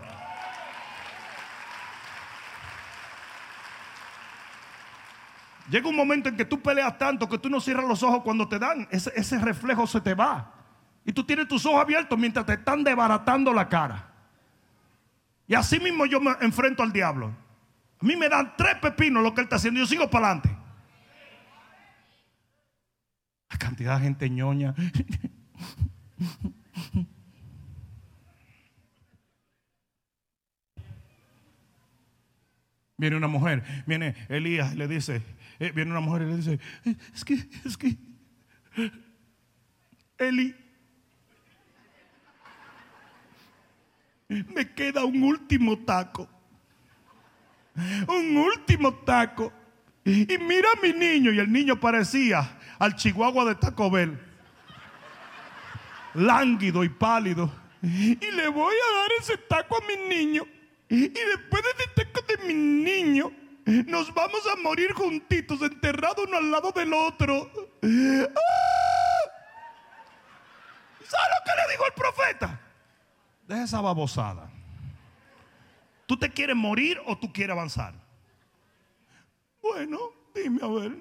Llega un momento en que tú peleas tanto que tú no cierras los ojos cuando te dan. Ese, ese reflejo se te va. Y tú tienes tus ojos abiertos mientras te están desbaratando la cara. Y así mismo yo me enfrento al diablo. A mí me dan tres pepinos lo que él está haciendo. Yo sigo para adelante. La cantidad de gente ñoña. Viene una mujer, viene Elías y le dice, eh, viene una mujer y le dice, eh, es que, es que, Eli, me queda un último taco, un último taco, y mira a mi niño, y el niño parecía al chihuahua de Taco Bell, lánguido y pálido, y le voy a dar ese taco a mi niño. Y después de este taco de mi niño, nos vamos a morir juntitos, enterrados uno al lado del otro. ¡Ah! ¿Sabes lo que le dijo el profeta? Deja esa babosada. ¿Tú te quieres morir o tú quieres avanzar? Bueno, dime a ver.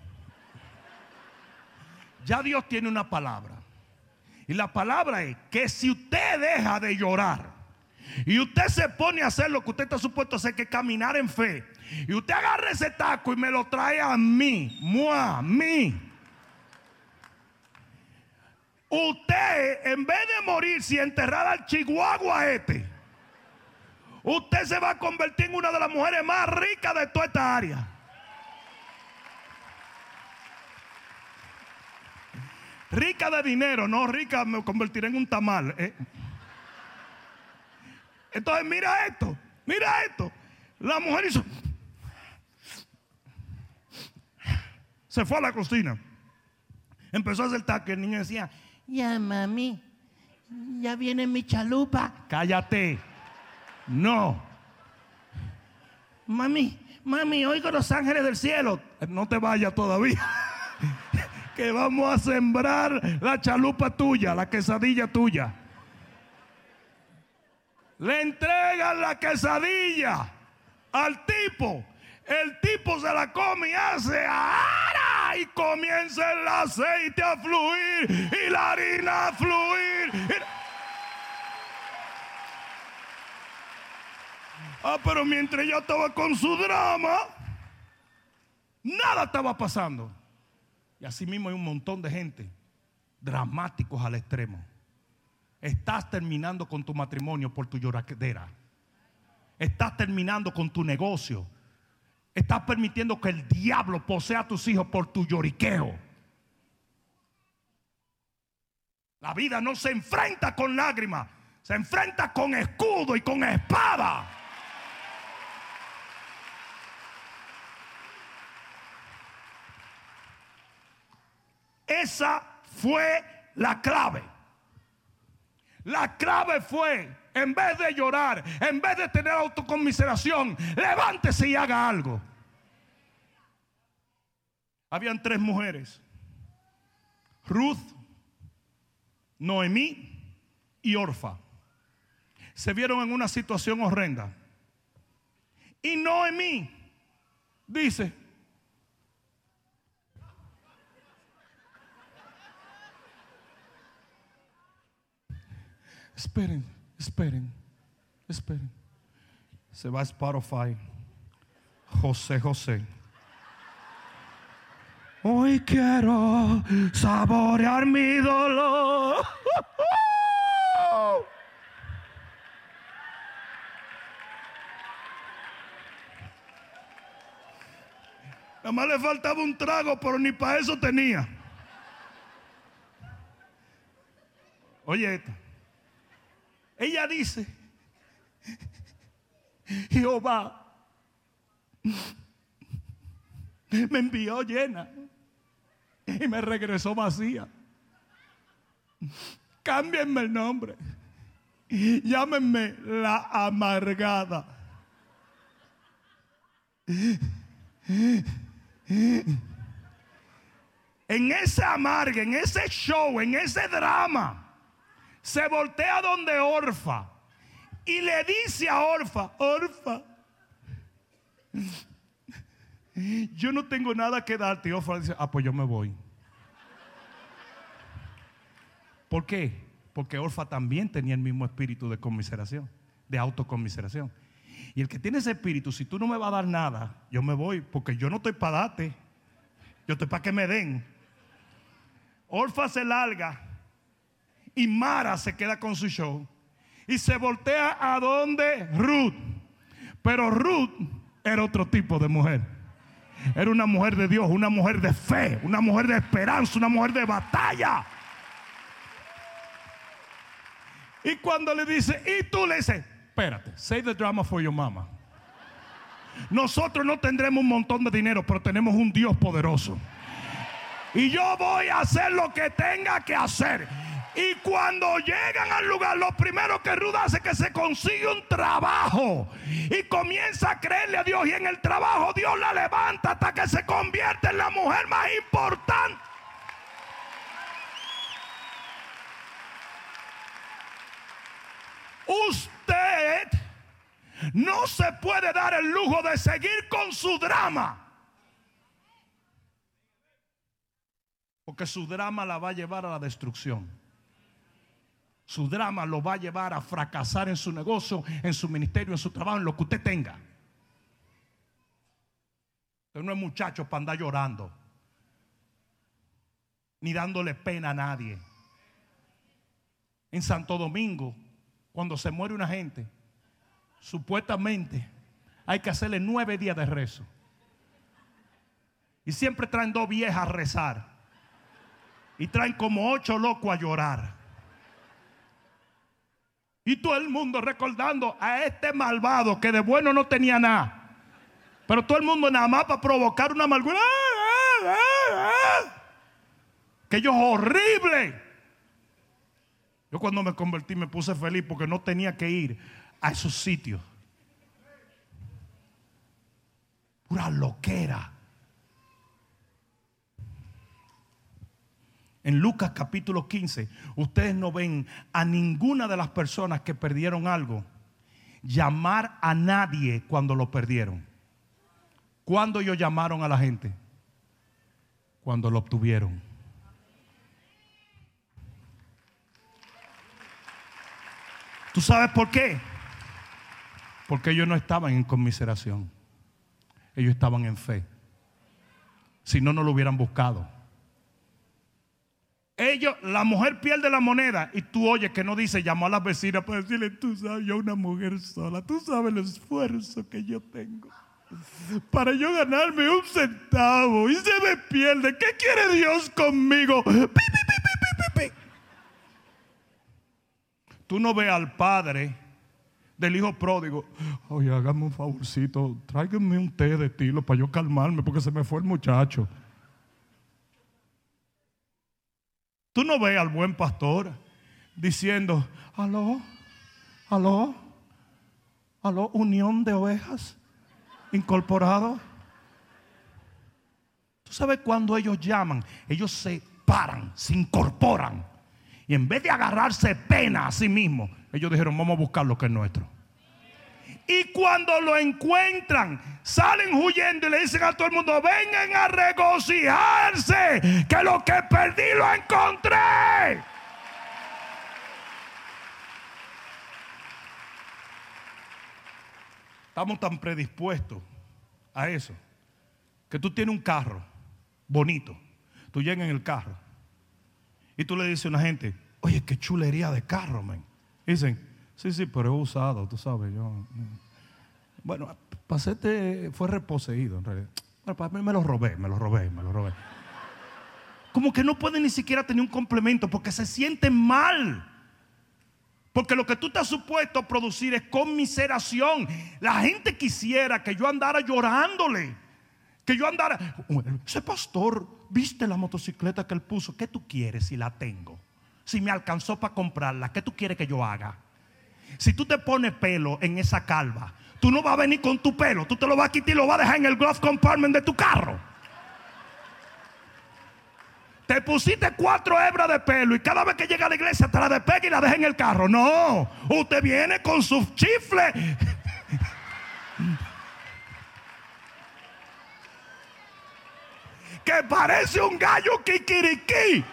Ya Dios tiene una palabra. Y la palabra es que si usted deja de llorar y usted se pone a hacer lo que usted está supuesto a hacer, que es caminar en fe, y usted agarra ese taco y me lo trae a mí, mua, a mí, usted, en vez de morirse y enterrar al chihuahua este, usted se va a convertir en una de las mujeres más ricas de toda esta área. Rica de dinero, no rica, me convertiré en un tamal, ¿eh? Entonces mira esto, mira esto. La mujer hizo, se fue a la cocina, empezó a hacer taco. El niño decía, ya mami, ya viene mi chalupa. Cállate. No. Mami, mami, oigo los ángeles del cielo. No te vayas todavía, que vamos a sembrar la chalupa tuya, la quesadilla tuya. Le entregan la quesadilla al tipo. El tipo se la come y hace ¡ara! Y comienza el aceite a fluir y la harina a fluir. Ah, pero mientras ella estaba con su drama, nada estaba pasando. Y así mismo hay un montón de gente dramáticos al extremo. Estás terminando con tu matrimonio por tu lloradera. Estás terminando con tu negocio. Estás permitiendo que el diablo posea a tus hijos por tu lloriqueo. La vida no se enfrenta con lágrimas, se enfrenta con escudo y con espada. Esa fue la clave. La clave fue, en vez de llorar, en vez de tener autoconmiseración, levántese y haga algo. Habían tres mujeres: Ruth, Noemí y Orfa. Se vieron en una situación horrenda. Y Noemí dice: esperen, esperen, esperen. Se va a Spotify. José José. Hoy quiero saborear mi dolor. Nada más le faltaba un trago, pero ni para eso tenía. Oye esto. Ella dice: Jehová me envió llena y me regresó vacía. Cámbienme el nombre. Llámenme la amargada. En ese amargue, en ese show, en ese drama, se voltea donde Orfa y le dice a Orfa: Orfa, yo no tengo nada que darte. Y Orfa dice: ah, pues yo me voy. ¿Por qué? Porque Orfa también tenía el mismo espíritu de conmiseración, de autoconmiseración. Y el que tiene ese espíritu, si tú no me vas a dar nada, yo me voy, porque yo no estoy para darte, yo estoy para que me den. Orfa se larga y Mara se queda con su show y se voltea a donde Ruth. Pero Ruth era otro tipo de mujer. Era una mujer de Dios, una mujer de fe, una mujer de esperanza, una mujer de batalla. Y cuando le dice, y tú le dices: espérate, save the drama for your mama. Nosotros no tendremos un montón de dinero, pero tenemos un Dios poderoso. Y yo voy a hacer lo que tenga que hacer. Y cuando llegan al lugar, lo primero que Ruth hace es que se consigue un trabajo y comienza a creerle a Dios. Y en el trabajo Dios la levanta hasta que se convierte en la mujer más importante. Usted no se puede dar el lujo de seguir con su drama, porque su drama la va a llevar a la destrucción. Su drama lo va a llevar a fracasar en su negocio, en su ministerio, en su trabajo, en lo que usted tenga. Usted no es muchacho para andar llorando ni dándole pena a nadie. En Santo Domingo, cuando se muere una gente, supuestamente hay que hacerle nueve días de rezo. Y siempre traen dos viejas a rezar. Y traen como ocho locos a llorar. Y todo el mundo recordando a este malvado que de bueno no tenía nada. Pero todo el mundo nada más para provocar una amargura. ¡Ah, ah, ah, ah! Que yo es horrible. Yo cuando me convertí me puse feliz porque no tenía que ir a esos sitios. Pura loquera. En Lucas capítulo quince, ustedes no ven a ninguna de las personas que perdieron algo llamar a nadie cuando lo perdieron. ¿Cuándo ellos llamaron a la gente? Cuando lo obtuvieron. ¿Tú sabes por qué? Porque ellos no estaban en conmiseración. Ellos estaban en fe. Si no, no lo hubieran buscado. Ellos, la mujer pierde la moneda y tú oyes que no dice, llamó a las vecinas para decirle: tú sabes, yo una mujer sola, tú sabes el esfuerzo que yo tengo para yo ganarme un centavo y se me pierde. ¿Qué quiere Dios conmigo? Pi, pi, pi, pi, pi, pi. Tú no ves al padre del hijo pródigo: oye, hágame un favorcito, tráiganme un té de tilo para yo calmarme porque se me fue el muchacho. Tú no ves al buen pastor diciendo: aló, aló, aló, unión de ovejas incorporado. Tú sabes cuando ellos llaman, ellos se paran, se incorporan. Y en vez de agarrarse pena a sí mismos, ellos dijeron: vamos a buscar lo que es nuestro. Y cuando lo encuentran, salen huyendo y le dicen a todo el mundo: vengan a regocijarse, que lo que perdí lo encontré. Estamos tan predispuestos a eso, que tú tienes un carro bonito, tú llegas en el carro y tú le dices a una gente: oye, qué chulería de carro, man. Dicen: sí, sí, pero he usado, tú sabes, yo. Bueno, Pacete fue reposeído en realidad. Bueno, para mí me lo robé, me lo robé, me lo robé. Como que no pueden ni siquiera tener un complemento porque se sienten mal. Porque lo que tú estás supuesto a producir es conmiseración. La gente quisiera que yo andara llorándole, que yo andara: ese pastor, ¿viste la motocicleta que él puso? ¿Qué tú quieres si la tengo? Si me alcanzó para comprarla, ¿qué tú quieres que yo haga? si tú te pones pelo en esa calva, tú no vas a venir con tu pelo, tú te lo vas a quitar y lo vas a dejar en el glove compartment de tu carro. Te pusiste cuatro hebras de pelo y cada vez que llega a la iglesia te la despega y la deja en el carro. No, usted viene con sus chifles. Que parece un gallo kikiriquí.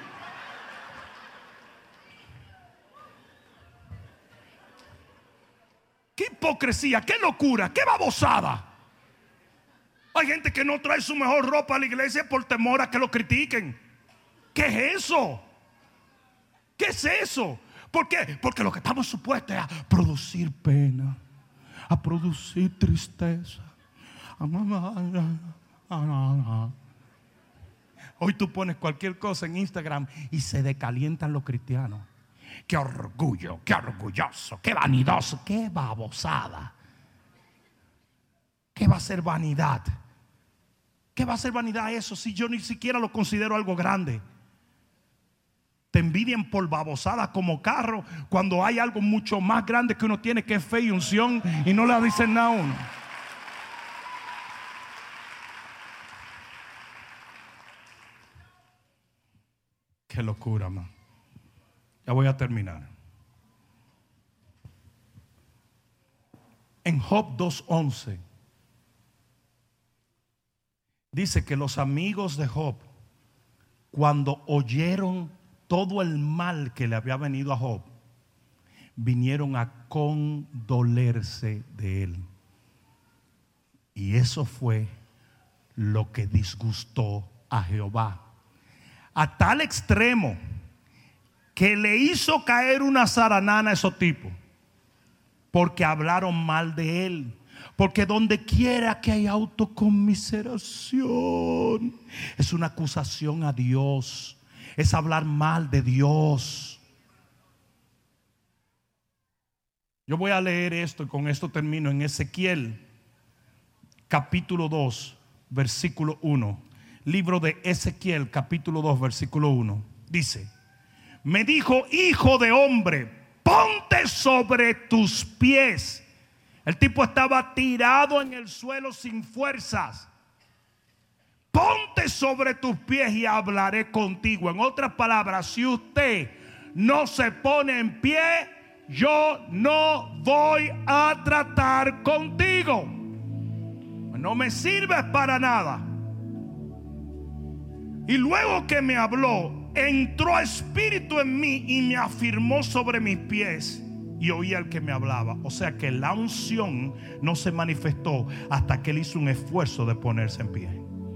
Qué hipocresía, qué locura, qué babosada. Hay gente que no trae su mejor ropa a la iglesia por temor a que lo critiquen. ¿Qué es eso? ¿Qué es eso? ¿Por qué? Porque lo que estamos supuestos es a producir pena, a producir tristeza. Hoy tú pones cualquier cosa en Instagram y se descalientan los cristianos. Qué orgullo, qué orgulloso, qué vanidoso, qué babosada. ¿Qué va a ser vanidad? ¿Qué va a ser vanidad eso si yo ni siquiera lo considero algo grande? Te envidian por babosada como carro cuando hay algo mucho más grande que uno tiene, que es fe y unción, y no le dicen nada a uno. Qué locura, man. Ya voy a terminar. En Job dos once dice que los amigos de Job, cuando oyeron todo el mal que le había venido a Job, vinieron a condolerse de él. Y eso fue lo que disgustó a Jehová, a tal extremo que le hizo caer una zaranana a esos tipos, porque hablaron mal de él. Porque donde quiera que hay autoconmiseración, es una acusación a Dios, es hablar mal de Dios. Yo voy a leer esto y con esto termino. En Ezequiel capítulo dos versículo uno. Libro de Ezequiel capítulo dos versículo uno. Dice: me dijo, hijo de hombre, ponte sobre tus pies. El tipo estaba tirado en el suelo sin fuerzas. Ponte sobre tus pies y hablaré contigo. En otras palabras, si usted no se pone en pie, yo no voy a tratar contigo. No me sirves para nada. Y luego que me habló, entró espíritu en mí y me afirmó sobre mis pies. Y oí al que me hablaba. O sea que la unción no se manifestó hasta que él hizo un esfuerzo de ponerse en pie.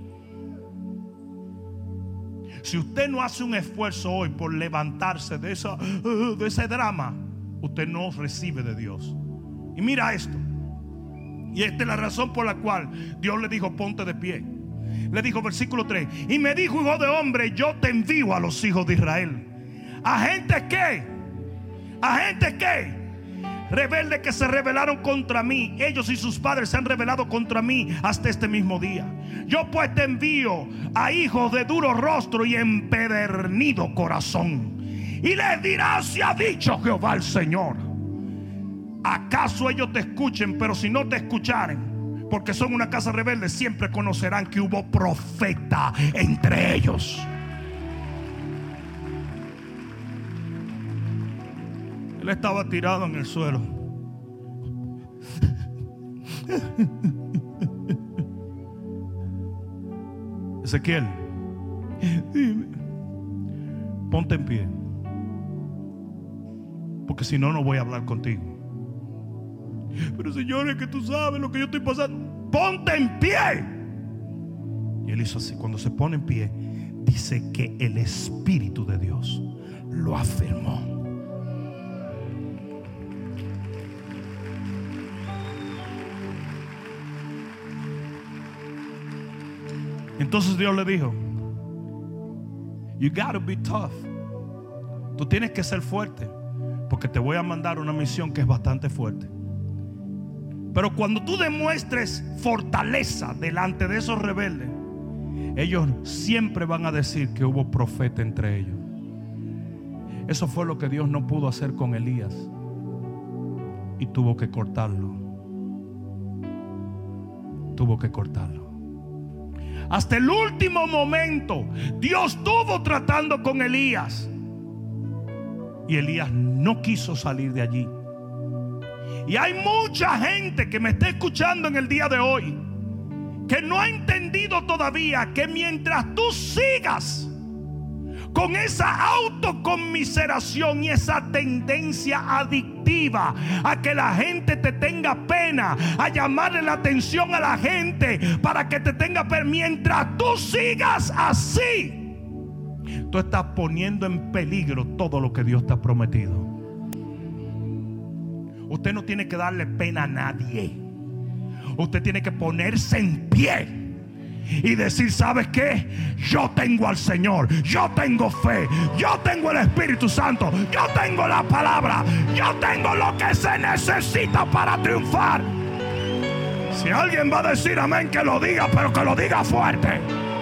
Si usted no hace un esfuerzo hoy por levantarse de, esa, de ese drama, usted no recibe de Dios. Y mira esto. Y esta es la razón por la cual Dios le dijo: ponte de pie. Le dijo, versículo tres: y me dijo, hijo de hombre, yo te envío a los hijos de Israel. ¿A gente qué? ¿A gente qué? Rebeldes que se rebelaron contra mí. Ellos y sus padres se han rebelado contra mí hasta este mismo día. Yo pues te envío a hijos de duro rostro y empedernido corazón. Y les dirás: si ha dicho Jehová el Señor. ¿Acaso ellos te escuchen? Pero si no te escucharen, porque son una casa rebelde, siempre conocerán que hubo profeta entre ellos. Él estaba tirado en el suelo. Ezequiel, dime, ponte en pie, porque si no, no voy a hablar contigo. Pero señores, que tú sabes lo que yo estoy pasando. Ponte en pie. Y él hizo así. Cuando se pone en pie, dice que el Espíritu de Dios lo afirmó. Entonces Dios le dijo: you gotta be tough. Tú tienes que ser fuerte, porque te voy a mandar una misión que es bastante fuerte. Pero cuando tú demuestres fortaleza delante de esos rebeldes, ellos siempre van a decir que hubo profeta entre ellos. Eso fue lo que Dios no pudo hacer con Elías. y tuvo que cortarlo. Tuvo que cortarlo. Hasta el último momento Dios estuvo tratando con Elías, y Elías no quiso salir de allí. Y hay mucha gente que me está escuchando en el día de hoy que no ha entendido todavía que mientras tú sigas con esa autoconmiseración y esa tendencia adictiva a que la gente te tenga pena, a llamarle la atención a la gente para que te tenga pena, mientras tú sigas así, tú estás poniendo en peligro todo lo que Dios te ha prometido. Usted no tiene que darle pena a nadie. Usted tiene que ponerse en pie y decir: ¿sabes qué? Yo tengo al Señor, yo tengo fe, yo tengo el Espíritu Santo, yo tengo la palabra, yo tengo lo que se necesita para triunfar. Si alguien va a decir amén, que lo diga, pero que lo diga fuerte.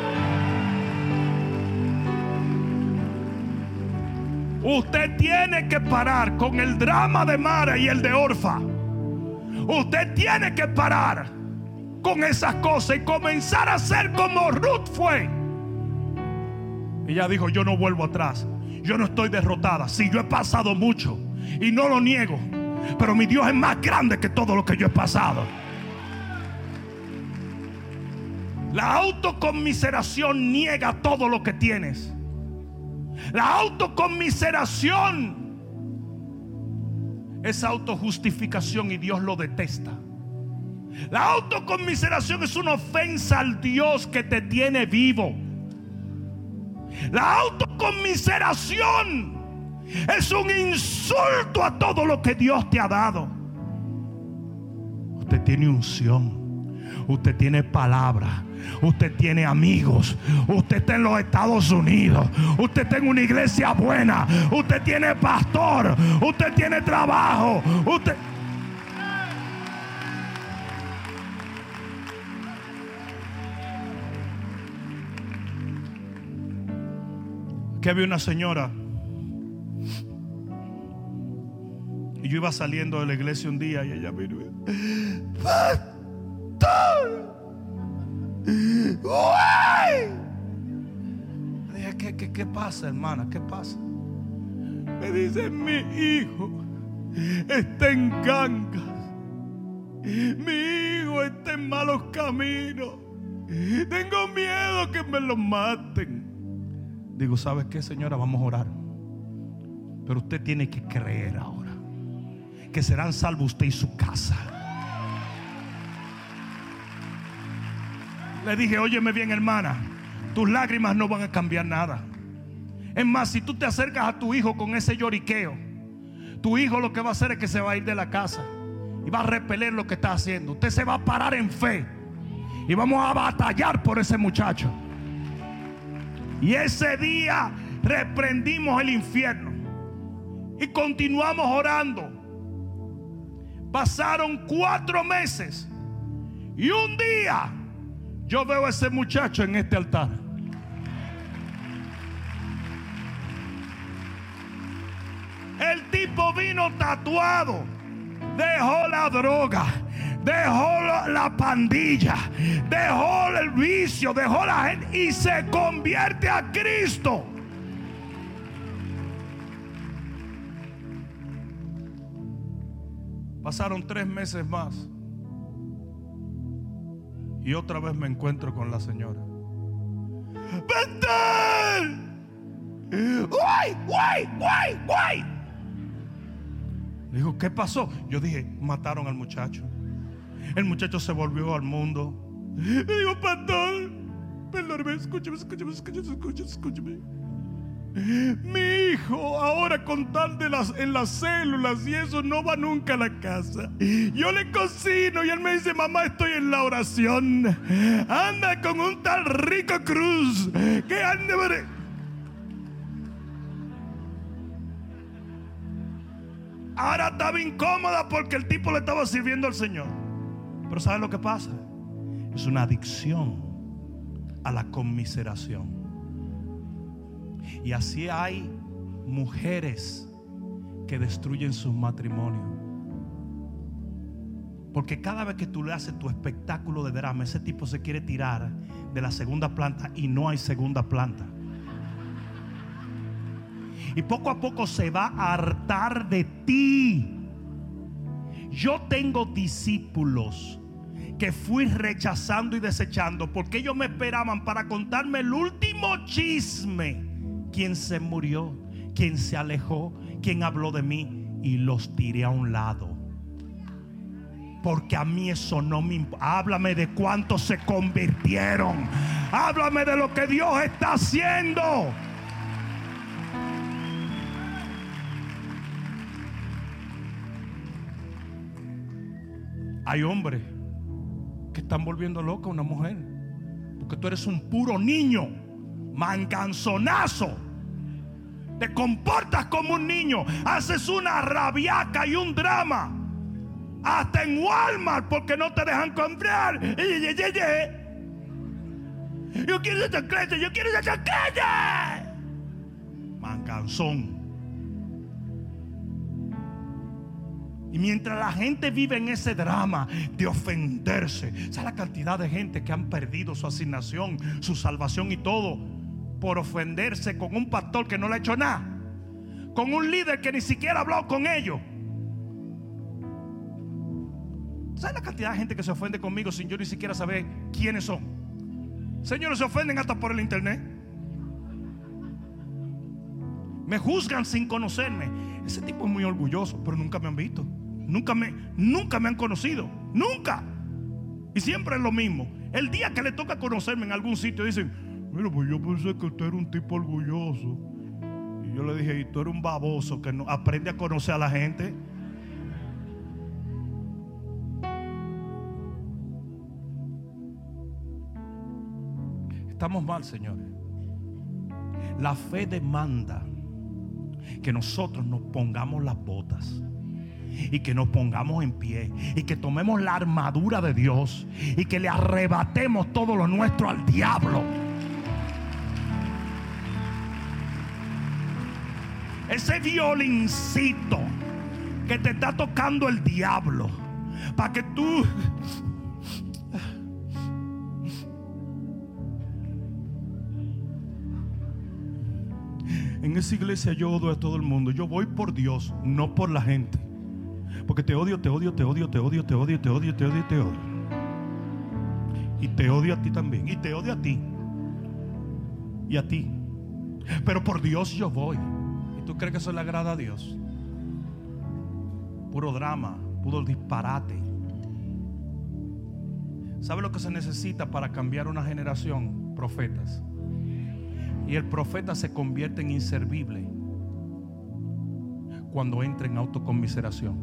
Usted tiene que parar con el drama de Mara y el de Orfa. Usted tiene que parar con esas cosas y comenzar a ser como Ruth fue. Ella dijo: yo no vuelvo atrás, yo no estoy derrotada. Sí, yo he pasado mucho y no lo niego, pero mi Dios es más grande que todo lo que yo he pasado. La autoconmiseración niega todo lo que tienes. La autoconmiseración es autojustificación y Dios lo detesta. La autoconmiseración es una ofensa al Dios que te tiene vivo. La autoconmiseración es un insulto a todo lo que Dios te ha dado. Usted tiene unción, usted tiene palabra, usted tiene amigos, usted está en los Estados Unidos, usted está en una iglesia buena, usted tiene pastor, usted tiene trabajo, usted... Que había una señora, y yo iba saliendo de la iglesia un día y ella vino: ¡pastor! ¡Uy! Le dije: ¿qué, qué, ¿qué pasa, hermana? ¿Qué pasa? Me dice: mi hijo está en gangas, mi hijo está en malos caminos, tengo miedo que me lo maten. Digo: ¿sabes qué, señora? Vamos a orar, pero usted tiene que creer ahora que serán salvos usted y su casa. Le dije: óyeme bien, hermana, tus lágrimas no van a cambiar nada. Es más, si tú te acercas a tu hijo con ese lloriqueo, tu hijo lo que va a hacer es que se va a ir de la casa y va a repeler lo que está haciendo. Usted se va a parar en fe y vamos a batallar por ese muchacho. Y ese día reprendimos el infierno y continuamos orando. Pasaron cuatro meses y un día yo veo a ese muchacho en este altar. El tipo vino tatuado, dejó la droga, dejó la, la pandilla, dejó el vicio, dejó la gente y se convierte a Cristo. Pasaron tres meses más y otra vez me encuentro con la señora. ¡Pastor! ¡Uy, uy, uy, uy! Le digo: ¿qué pasó? Yo dije: mataron al muchacho. El muchacho se volvió al mundo. Le digo: pastor, perdóneme, escúchame, escúchame, escúchame, escúchame, escúchame. Mi hijo ahora, con tal de las en las células y eso, no va nunca a la casa. Yo le cocino y él me dice: mamá, estoy en la oración. Anda con un tal Rico Cruz que anda. Ahora estaba incómoda porque el tipo le estaba sirviendo al Señor. Pero ¿sabes lo que pasa? Es una adicción a la conmiseración. Y así hay mujeres que destruyen sus matrimonios Porque cada vez que tú le haces tu espectáculo de drama, ese tipo se quiere tirar de la segunda planta y no hay segunda planta. Y poco a poco se va a hartar de ti. Yo tengo discípulos que fui rechazando y desechando porque ellos me esperaban para contarme el último chisme. Quién se murió, quién se alejó, quién habló de mí, y los tiré a un lado. Porque a mí eso no me importa. Háblame de cuántos se convirtieron. Háblame de lo que Dios está haciendo. Hay hombres que están volviendo loca a una mujer porque tú eres un puro niño, manganzonazo. Te comportas como un niño, haces una rabiaca y un drama. Hasta en Walmart porque no te dejan comprar. Yo quiero esa chancleta, yo quiero esa chancleta. Manganzón. Y mientras la gente vive en ese drama de ofenderse, ¿sabes la cantidad de gente que han perdido su asignación, su salvación y todo por ofenderse con un pastor que no le ha hecho nada, con un líder que ni siquiera ha hablado con ellos? ¿Sabes la cantidad de gente que se ofende conmigo sin yo ni siquiera saber quiénes son? Señores, se ofenden hasta por el internet. Me juzgan sin conocerme. Ese tipo es muy orgulloso, pero nunca me han visto. Nunca me, nunca me han conocido. Nunca. Y siempre es lo mismo. El día que le toca conocerme en algún sitio dicen: mira, pues yo pensé que usted era un tipo orgulloso. Y yo le dije: y tú eres un baboso que no aprende a conocer a la gente. Estamos mal, señores. La fe demanda que nosotros nos pongamos las botas y que nos pongamos en pie y que tomemos la armadura de Dios y que le arrebatemos todo lo nuestro al diablo. Ese violincito que te está tocando el diablo para que tú en esa iglesia yo odio a todo el mundo. Yo voy por Dios, no por la gente. Porque te odio, te odio, te odio, te odio, te odio, te odio, te odio, te odio. Y te odio a ti también. Y te odio a ti. Y a ti. Pero por Dios yo voy. ¿Y tú crees que eso le agrada a Dios? Puro drama, puro disparate. ¿Sabe lo que se necesita para cambiar una generación? Profetas. Y el profeta se convierte en inservible cuando entra en autoconmiseración.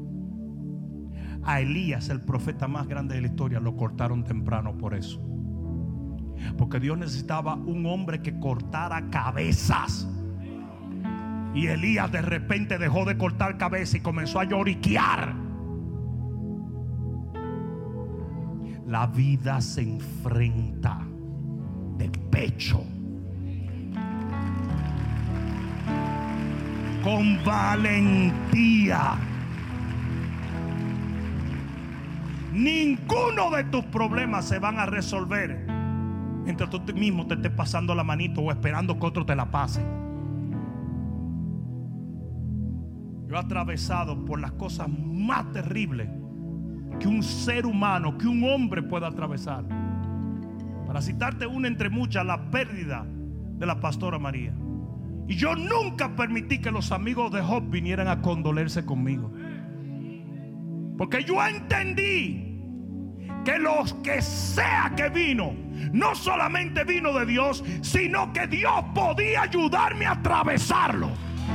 A Elías, el profeta más grande de la historia, lo cortaron temprano por eso. Porque Dios necesitaba un hombre que cortara cabezas. Y Elías de repente dejó de cortar cabezas y comenzó a lloriquear. La vida se enfrenta de pecho, con valentía. Ninguno de tus problemas se van a resolver mientras tú mismo te estés pasando la manito o esperando que otro te la pase. Yo he atravesado por las cosas más terribles que un ser humano, que un hombre pueda atravesar. Para citarte una entre muchas, la pérdida de la pastora María. Y yo nunca permití que los amigos de Job vinieran a condolerse conmigo, porque yo entendí que los que sea que vino, no solamente vino de Dios, sino que Dios podía ayudarme a atravesarlo.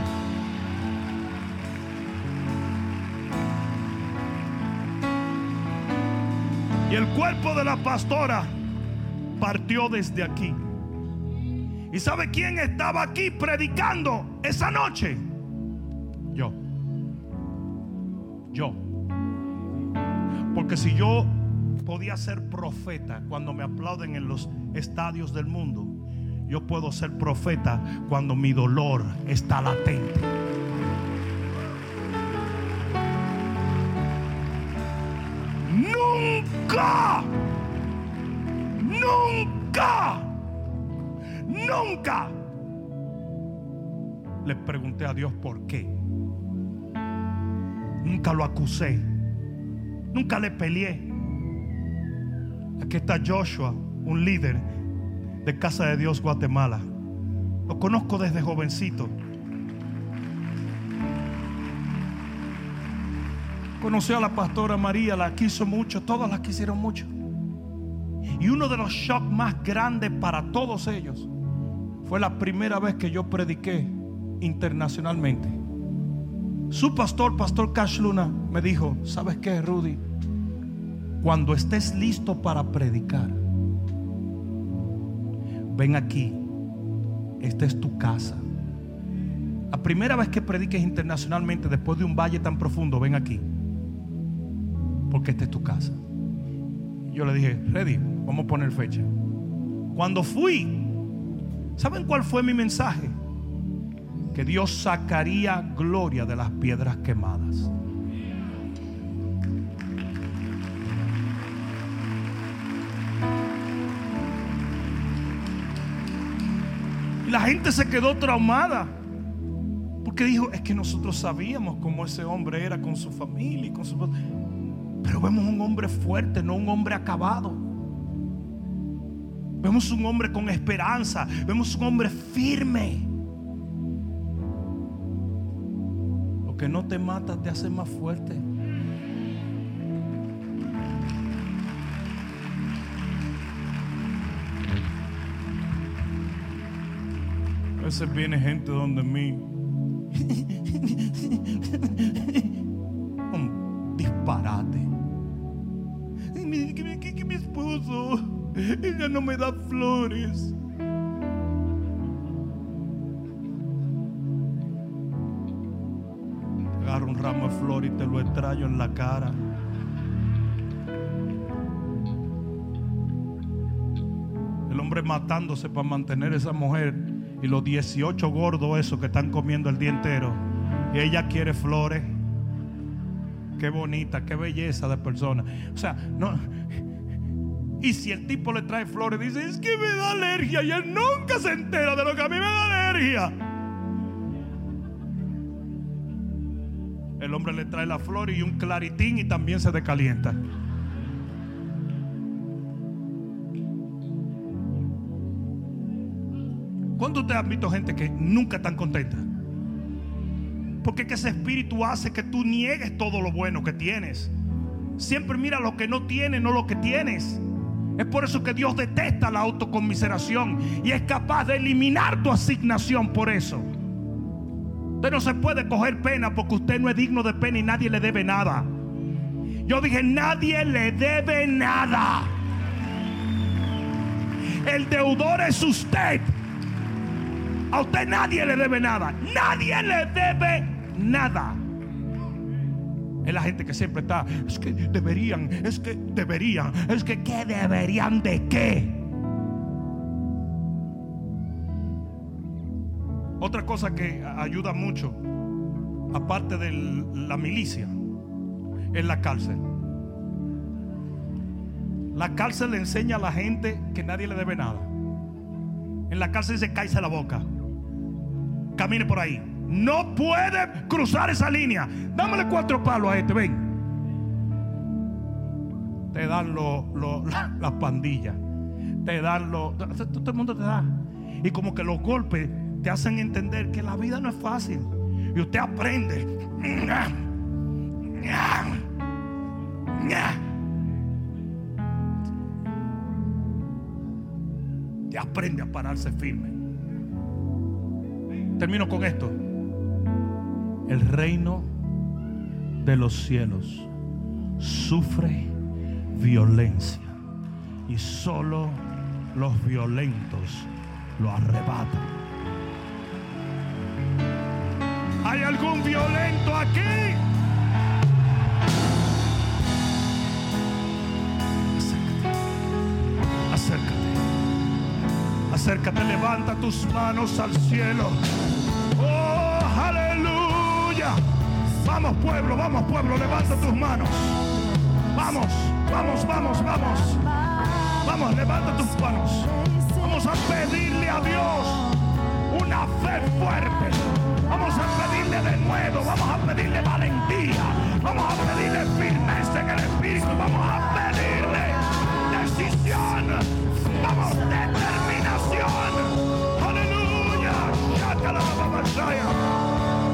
Y el cuerpo de la pastora partió desde aquí. ¿Y sabe quién estaba aquí predicando esa noche? Yo. Yo. Porque si yo podía ser profeta cuando me aplauden en los estadios del mundo, yo puedo ser profeta cuando mi dolor está latente. nunca, nunca, nunca le pregunté a Dios por qué. Nunca lo acusé, nunca le peleé. Aquí está Joshua, un líder de Casa de Dios Guatemala. Lo conozco desde jovencito. Conoció a la pastora María, la quiso mucho, todas la quisieron mucho. Y uno de los shocks más grandes para todos ellos fue la primera vez que yo prediqué internacionalmente. Su pastor, Pastor Cash Luna, me dijo: ¿sabes qué, Rudy? Cuando estés listo para predicar, ven aquí, esta es tu casa. La primera vez que prediques internacionalmente después de un valle tan profundo, ven aquí, porque esta es tu casa. Yo le dije: ready, vamos a poner fecha. Cuando fui, ¿saben cuál fue mi mensaje? Que Dios sacaría gloria de las piedras quemadas. Y la gente se quedó traumada, porque dijo: es que nosotros sabíamos cómo ese hombre era con su familia y con su... Pero vemos un hombre fuerte, no un hombre acabado. Vemos un hombre con esperanza, vemos un hombre firme. Lo que no te mata te hace más fuerte. A veces viene gente donde mí, un disparate. Que, que, que mi esposo, ella no me da flores. Agarro un ramo de flores y te lo extraño en la cara. El hombre matándose para mantener a esa mujer, y los dieciocho gordos esos que están comiendo el día entero, y ella quiere flores. Qué bonita, qué belleza de persona. O sea, no. Y si el tipo le trae flores, dice: es que me da alergia, y él nunca se entera de lo que a mí me da alergia. El hombre le trae la flor y un claritín y también se descalienta. ¿Cuándo ustedes han visto gente que nunca están contenta? Porque que ese espíritu hace que tú niegues todo lo bueno que tienes. Siempre mira lo que no tienes, no lo que tienes. Es por eso que Dios detesta la autoconmiseración y es capaz de eliminar tu asignación por eso. Usted no se puede coger pena, porque usted no es digno de pena y nadie le debe nada. Yo dije: nadie le debe nada. El deudor es usted. A usted nadie le debe nada. Nadie le debe nada. Es la gente que siempre está: es que deberían, es que deberían, es que ¿qué deberían de qué? Otra cosa que ayuda mucho, aparte de la milicia, es la cárcel. La cárcel le enseña a la gente que nadie le debe nada. En la cárcel dice: cállese la boca, camine por ahí, no puede cruzar esa línea, dámele cuatro palos a este, ven. Te dan lo, lo, la, las pandillas, te dan lo, todo el mundo te da. Y como que los golpes te hacen entender que la vida no es fácil. Y usted aprende. Te aprende a pararse firme. Termino con esto. El reino de los cielos sufre violencia, y solo los violentos lo arrebatan. ¿Hay algún violento aquí? Acércate. Acércate. Acércate, levanta tus manos al cielo. Oh, aleluya. Vamos, pueblo, vamos, pueblo, levanta tus manos. Vamos. Vamos, vamos, vamos. Vamos, levanta tus manos. Vamos a pedirle a Dios una fe fuerte. Vamos a pedirle de nuevo. Vamos a pedirle valentía. Vamos a pedirle firmeza en el espíritu. Vamos a pedirle decisión. Vamos, determinación. Aleluya. Shaka la babashaya.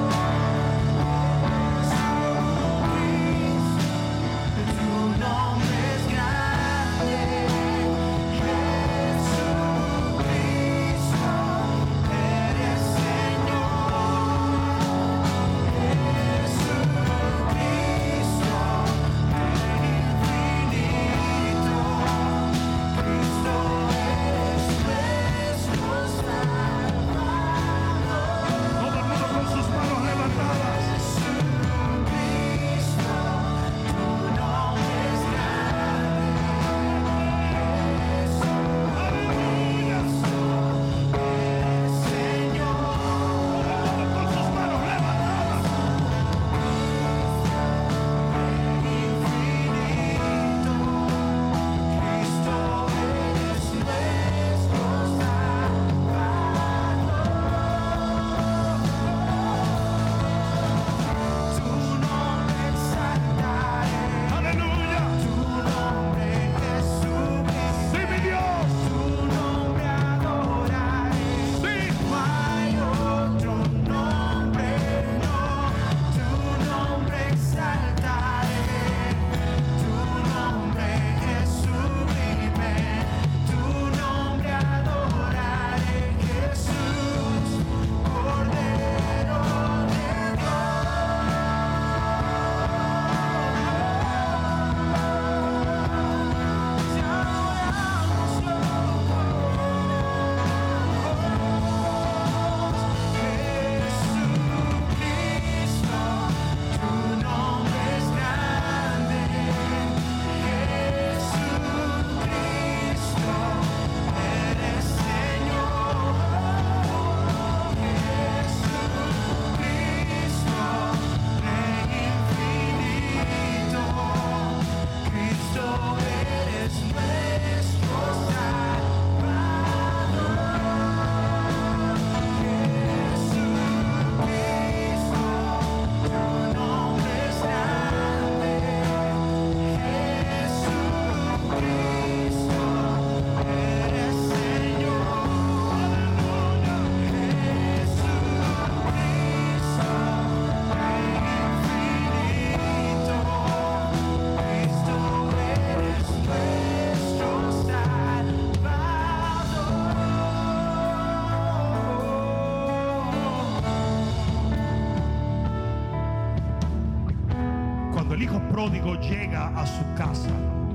El hijo pródigo llega a su casa.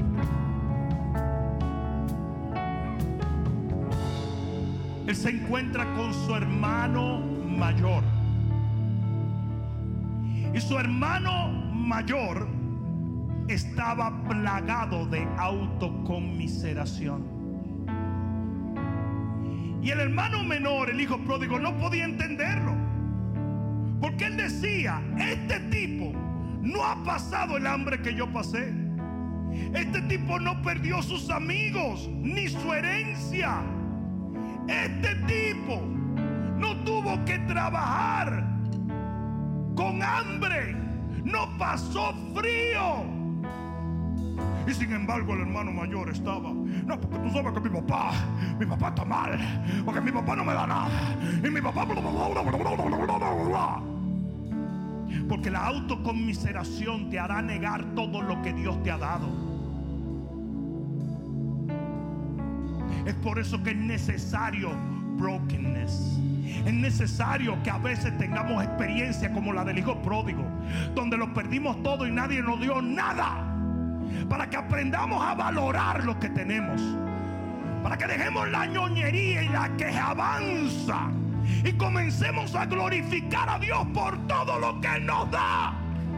Él se encuentra con su hermano mayor. Y su hermano mayor estaba plagado de autoconmiseración. Y el hermano menor, el hijo pródigo, no podía entenderlo. Porque él decía, este tipo no ha pasado el hambre que yo pasé. Este tipo no perdió sus amigos ni su herencia. Este tipo no tuvo que trabajar con hambre, no pasó frío. Y sin embargo el hermano mayor estaba, no, porque tú sabes que mi papá, mi papá está mal, porque mi papá no me da nada. Y mi papá... Porque la autoconmiseración te hará negar todo lo que Dios te ha dado. Es por eso que es necesario brokenness. Es necesario que a veces tengamos experiencia como la del hijo pródigo, donde lo perdimos todo y nadie nos dio nada, para que aprendamos a valorar lo que tenemos, para que dejemos la ñoñería y la quejabanza y comencemos a glorificar a Dios por todo lo que Él nos da.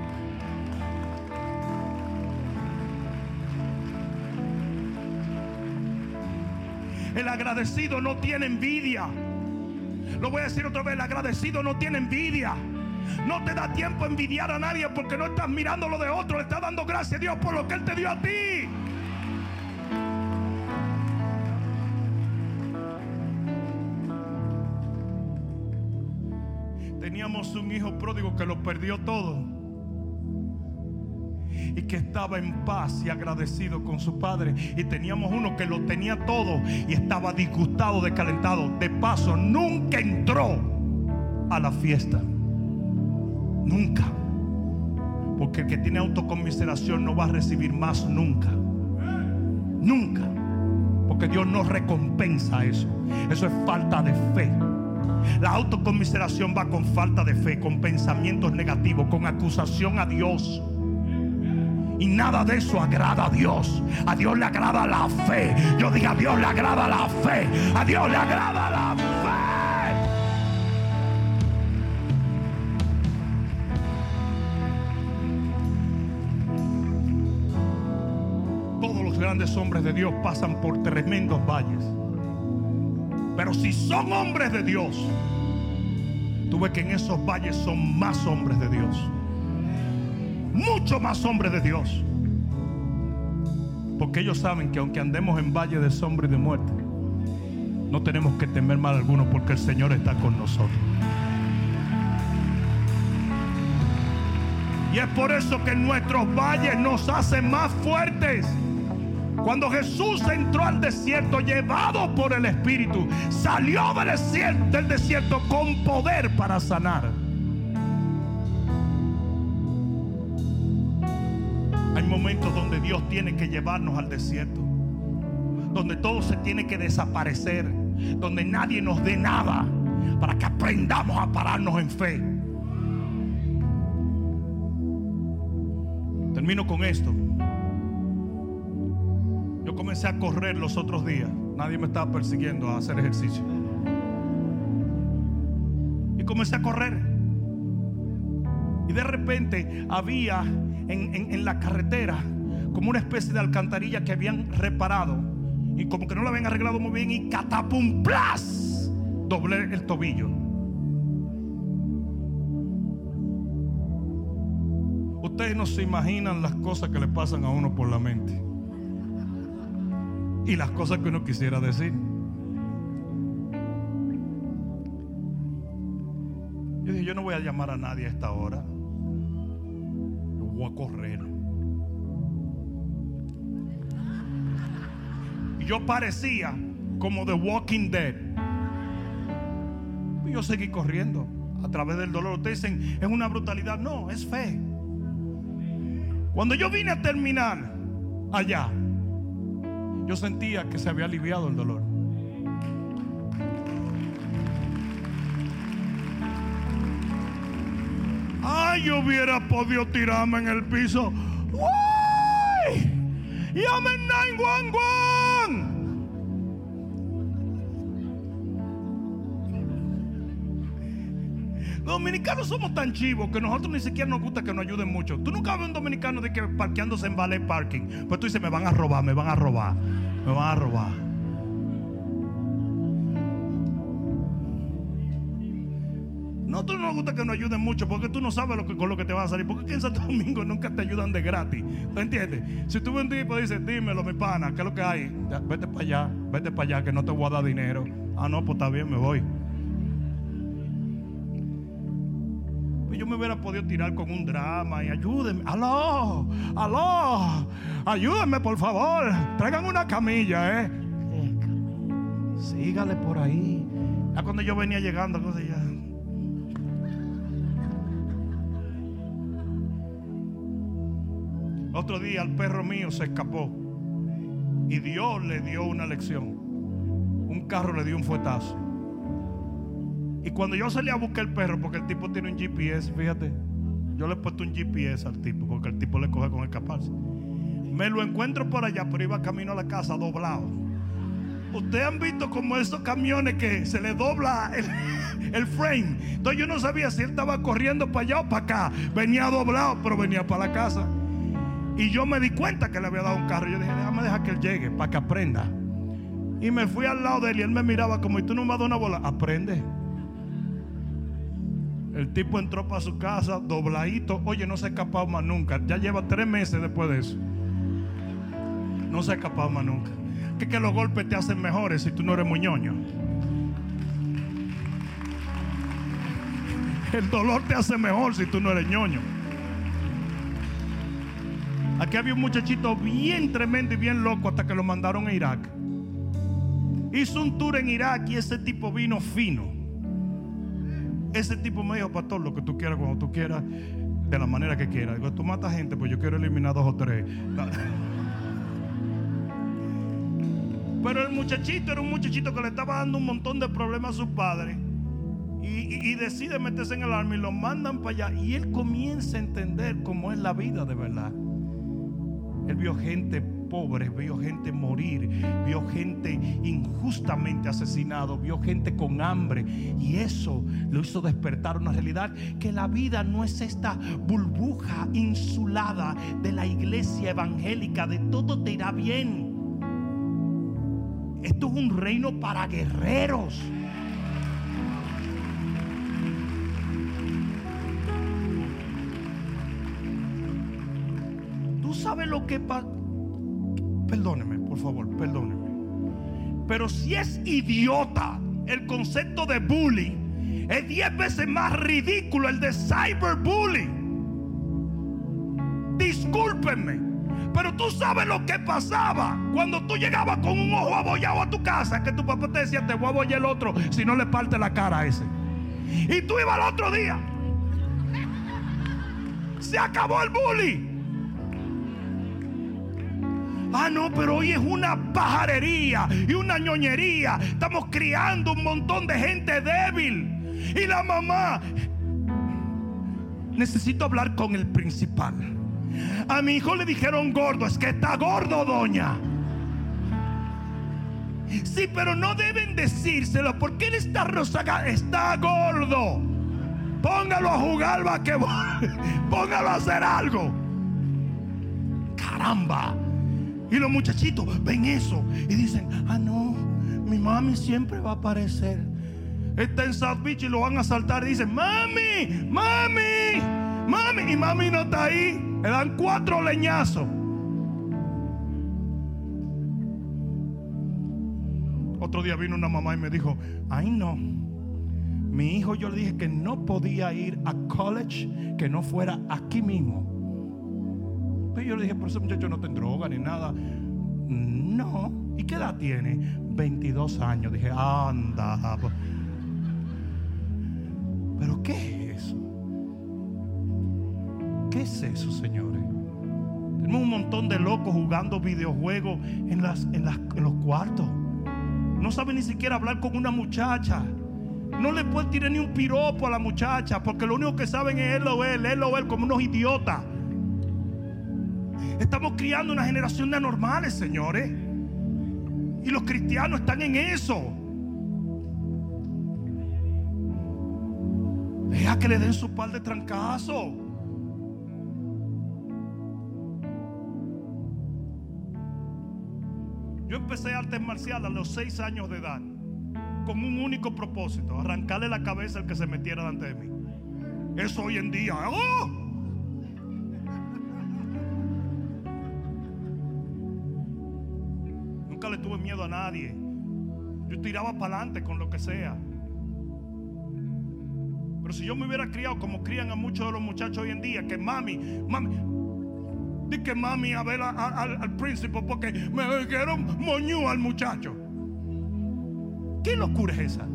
El agradecido no tiene envidia. Lo voy a decir otra vez, el agradecido no tiene envidia. No te da tiempo a envidiar a nadie porque no estás mirando lo de otro. Le estás dando gracias a Dios por lo que Él te dio a ti. Teníamos un hijo pródigo que lo perdió todo y que estaba en paz y agradecido con su padre. Y teníamos uno que lo tenía todo y estaba disgustado, descalentado. De paso, nunca entró a la fiesta. Nunca. Porque el que tiene autoconmiseración no va a recibir más nunca. Nunca. Porque Dios no recompensa eso. Eso es falta de fe. La autoconmiseración va con falta de fe, con pensamientos negativos, con acusación a Dios. Y nada de eso agrada a Dios. A Dios le agrada la fe. Yo digo, a Dios le agrada la fe. A Dios le agrada la fe. Todos los grandes hombres de Dios pasan por tremendos valles. Pero si son hombres de Dios, tú ves que en esos valles son más hombres de Dios. Mucho más hombres de Dios. Porque ellos saben que aunque andemos en valle de sombra y de muerte, no tenemos que temer mal alguno, porque el Señor está con nosotros. Y es por eso que nuestros valles nos hacen más fuertes. Cuando Jesús entró al desierto llevado por el Espíritu, salió del desierto, del desierto con poder para sanar. Hay momentos donde Dios tiene que llevarnos al desierto, donde todo se tiene que desaparecer, donde nadie nos dé nada, para que aprendamos a pararnos en fe. Termino con esto. Yo comencé a correr los otros días. Nadie me estaba persiguiendo a hacer ejercicio. Y comencé a correr. Y de repente había en, en, en la carretera como una especie de alcantarilla que habían reparado. Y como que no la habían arreglado muy bien. Y catapum, ¡plas! Doblé el tobillo. Ustedes no se imaginan las cosas que le pasan a uno por la mente. Y las cosas que uno quisiera decir. Yo dije, yo no voy a llamar a nadie a esta hora. Yo voy a correr. Y yo parecía como The Walking Dead. Y yo seguí corriendo a través del dolor. Ustedes dicen, es una brutalidad. No, es fe. Cuando yo vine a terminar allá, yo sentía que se había aliviado el dolor. Ay, yo hubiera podido tirarme en el piso. ¡Uy! ¡Llamen nueve uno uno! Los dominicanos somos tan chivos que nosotros ni siquiera nos gusta que nos ayuden mucho. Tú nunca ves un dominicano de que parqueándose en valet parking. Pues tú dices, me van a robar, me van a robar, me van a robar. Nosotros no nos gusta que nos ayuden mucho porque tú no sabes lo que, con lo que te va a salir. Porque aquí en Santo Domingo nunca te ayudan de gratis. ¿Tú entiendes? Si tú ves un tipo y dices, dímelo, mi pana, ¿qué es lo que hay? Ya, vete para allá, vete para allá, que no te voy a dar dinero. Ah, no, pues está bien, me voy. Yo me hubiera podido tirar con un drama y ayúdenme. Aló, aló, ayúdenme por favor. Traigan una camilla, eh. Sígale por ahí. Ya cuando yo venía llegando, cosas ya. Otro día el perro mío se escapó y Dios le dio una lección. Un carro le dio un fuetazo. Y cuando yo salí a buscar el perro, porque el tipo tiene un G P S, fíjate, yo le he puesto un G P S al tipo, porque el tipo le coge con escaparse. Me lo encuentro por allá, pero iba camino a la casa doblado. Ustedes han visto como esos camiones que se le dobla el, el frame. Entonces yo no sabía si él estaba corriendo para allá o para acá. Venía doblado, pero venía para la casa. Y yo me di cuenta que le había dado un carro. Yo dije, déjame dejar que él llegue para que aprenda. Y me fui al lado de él y él me miraba como, ¿y tú no me has dado una bola? Aprende. El tipo entró para su casa dobladito. Oye, no se ha escapado más nunca. Ya lleva tres meses después de eso. No se ha escapado más nunca. Que, que los golpes te hacen mejores si tú no eres muy ñoño. El dolor te hace mejor si tú no eres ñoño. Aquí había un muchachito bien tremendo y bien loco hasta que lo mandaron a Irak. Hizo un tour en Irak y ese tipo vino fino. Ese tipo me dijo: pastor, lo que tú quieras, cuando tú quieras, de la manera que quieras. Digo: tú matas gente, pues yo quiero eliminar dos o tres. Pero el muchachito era un muchachito que le estaba dando un montón de problemas a sus padres. Y, y, y decide meterse en el arma y lo mandan para allá. Y él comienza a entender cómo es la vida de verdad. Él vio gente pobre, vio gente morir, vio gente injustamente asesinado, vio gente con hambre. Y eso lo hizo despertar una realidad: que la vida no es esta burbuja insulada de la iglesia evangélica, de todo te irá bien. Esto es un reino para guerreros. ¿Tú sabes lo que pasa? Perdóneme, por favor, perdóneme. Pero si es idiota el concepto de bully, es diez veces más ridículo el de cyberbullying. Discúlpenme, pero tú sabes lo que pasaba cuando tú llegabas con un ojo abollado a tu casa, que tu papá te decía: te voy a abollar el otro si no le parte la cara a ese. Y tú ibas al otro día. Se acabó el bully. Ah, no, pero hoy es una pajarería y una ñoñería. Estamos criando un montón de gente débil. Y la mamá: necesito hablar con el principal. A mi hijo le dijeron gordo. Es que está gordo, doña. Sí, pero no deben decírselo porque él está rozagado. Está gordo. Póngalo a jugar basquetbol. Póngalo a hacer algo. Caramba. Y los muchachitos ven eso y dicen: ah, no, mi mami siempre va a aparecer. Está en South Beach y lo van a asaltar y dicen: mami, mami, mami. Y mami no está ahí. Le dan cuatro leñazos. Otro día vino una mamá y me dijo: ay, no, mi hijo, yo le dije que no podía ir a college, que no fuera aquí mismo. Pero yo le dije: pero ese muchacho no tiene droga ni nada. No. ¿Y qué edad tiene? veintidós años. Dije: anda. ¿Pero qué es eso? ¿Qué es eso, señores? Tenemos un montón de locos jugando videojuegos en, las, en, las, en los cuartos. No saben ni siquiera hablar con una muchacha. No le pueden tirar ni un piropo a la muchacha, porque lo único que saben es él o él, él o él, como unos idiotas. Estamos criando una generación de anormales, señores. Y los cristianos están en eso. Deja que le den su par de trancazos. Yo empecé artes marciales a los seis años de edad, con un único propósito: arrancarle la cabeza al que se metiera delante de mí. Eso hoy en día, ¡oh! Nunca le tuve miedo a nadie. Yo tiraba para adelante con lo que sea. Pero si yo me hubiera criado como crían a muchos de los muchachos hoy en día, que mami, mami, di que mami a ver a, a, al, al príncipe porque me dijeron moñú al muchacho. ¿Qué locura es esa?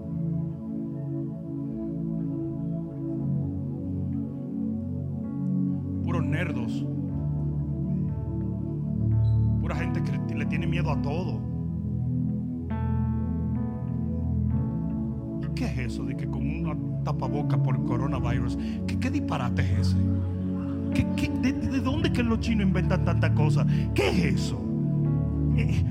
Puros nerdos. Pura gente que le tiene miedo a todo. ¿Qué es eso de que con una tapaboca por coronavirus? ¿Qué, qué disparate es ese? ¿Qué, qué, de, ¿De dónde que los chinos inventan tantas cosas? ¿Qué es eso? Eh,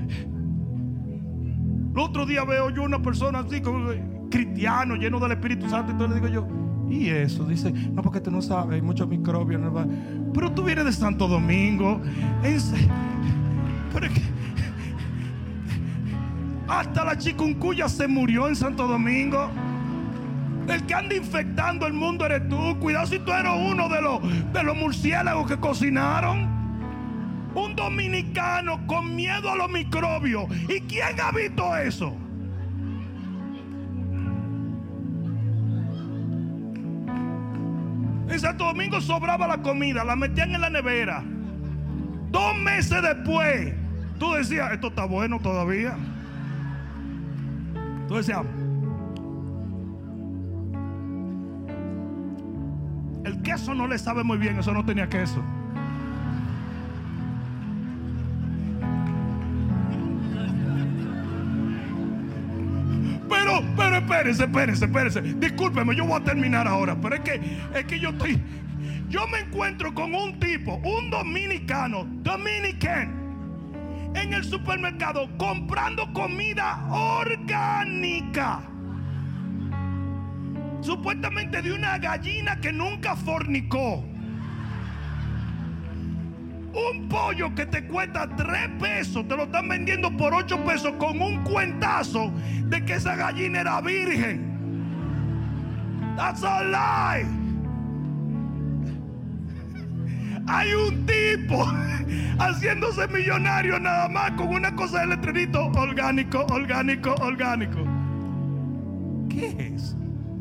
el otro día veo yo una persona así como cristiano, lleno del Espíritu Santo, y entonces le digo yo: ¿y eso? Dice: no, porque tú no sabes, hay muchos microbios. No va. Pero tú vienes de Santo Domingo. En, pero es que hasta la chikungunya se murió en Santo Domingo. El que anda infectando el mundo eres tú. Cuidado si tú eres uno de los, de los murciélagos que cocinaron. Un dominicano con miedo a los microbios. ¿Y quién ha visto eso? En Santo Domingo sobraba la comida, la metían en la nevera. Dos meses después, tú decías, esto está bueno todavía. Tú decías, el queso no le sabe muy bien, eso no tenía queso. Pero, pero espérense, espérense, espérense. Discúlpeme, yo voy a terminar ahora. Pero es que, es que yo estoy, yo me encuentro con un tipo, un dominicano, Dominican, en el supermercado comprando comida orgánica. Supuestamente de una gallina que nunca fornicó. Un pollo que te cuesta tres pesos, te lo están vendiendo por ocho pesos con un cuentazo de que esa gallina era virgen. That's a lie. Hay un tipo haciéndose millonario nada más con una cosa de letrerito: orgánico, orgánico, orgánico. ¿Qué es?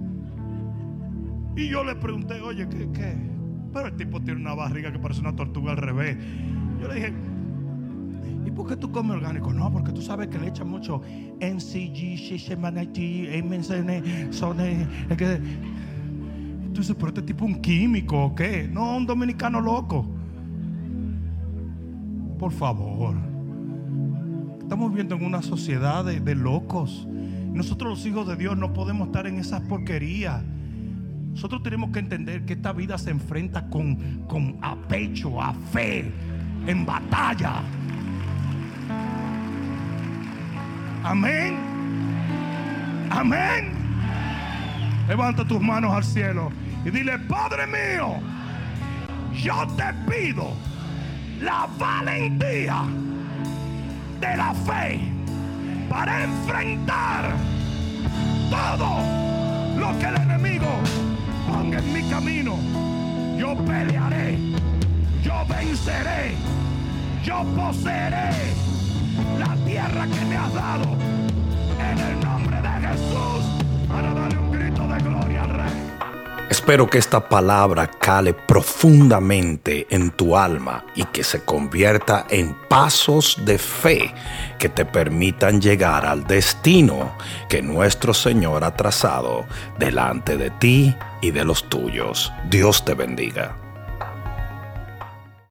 Y yo le pregunté, oye, ¿qué, qué? Pero el tipo tiene una barriga que parece una tortuga al revés. Yo le dije, ¿y por qué tú comes orgánico? No, porque tú sabes que le echan mucho N C G, Shishimanati, M S N, Sone. Tú dices, pero este tipo es un químico o qué? No, un dominicano loco. Por favor. Estamos viviendo en una sociedad de, de locos. Nosotros los hijos de Dios no podemos estar en esas porquerías. Nosotros tenemos que entender que esta vida se enfrenta con, con a pecho, a fe, en batalla. Amén. Amén. Levanta tus manos al cielo y dile: Padre mío, yo te pido la valentía de la fe para enfrentar todo lo que el enemigo ponga en mi camino. Yo pelearé, yo venceré, yo poseeré la tierra que me has dado, en el nombre de Jesús, para darle un grito de gloria al Rey. Espero que esta palabra cale profundamente en tu alma y que se convierta en pasos de fe que te permitan llegar al destino que nuestro Señor ha trazado delante de ti y de los tuyos. Dios te bendiga.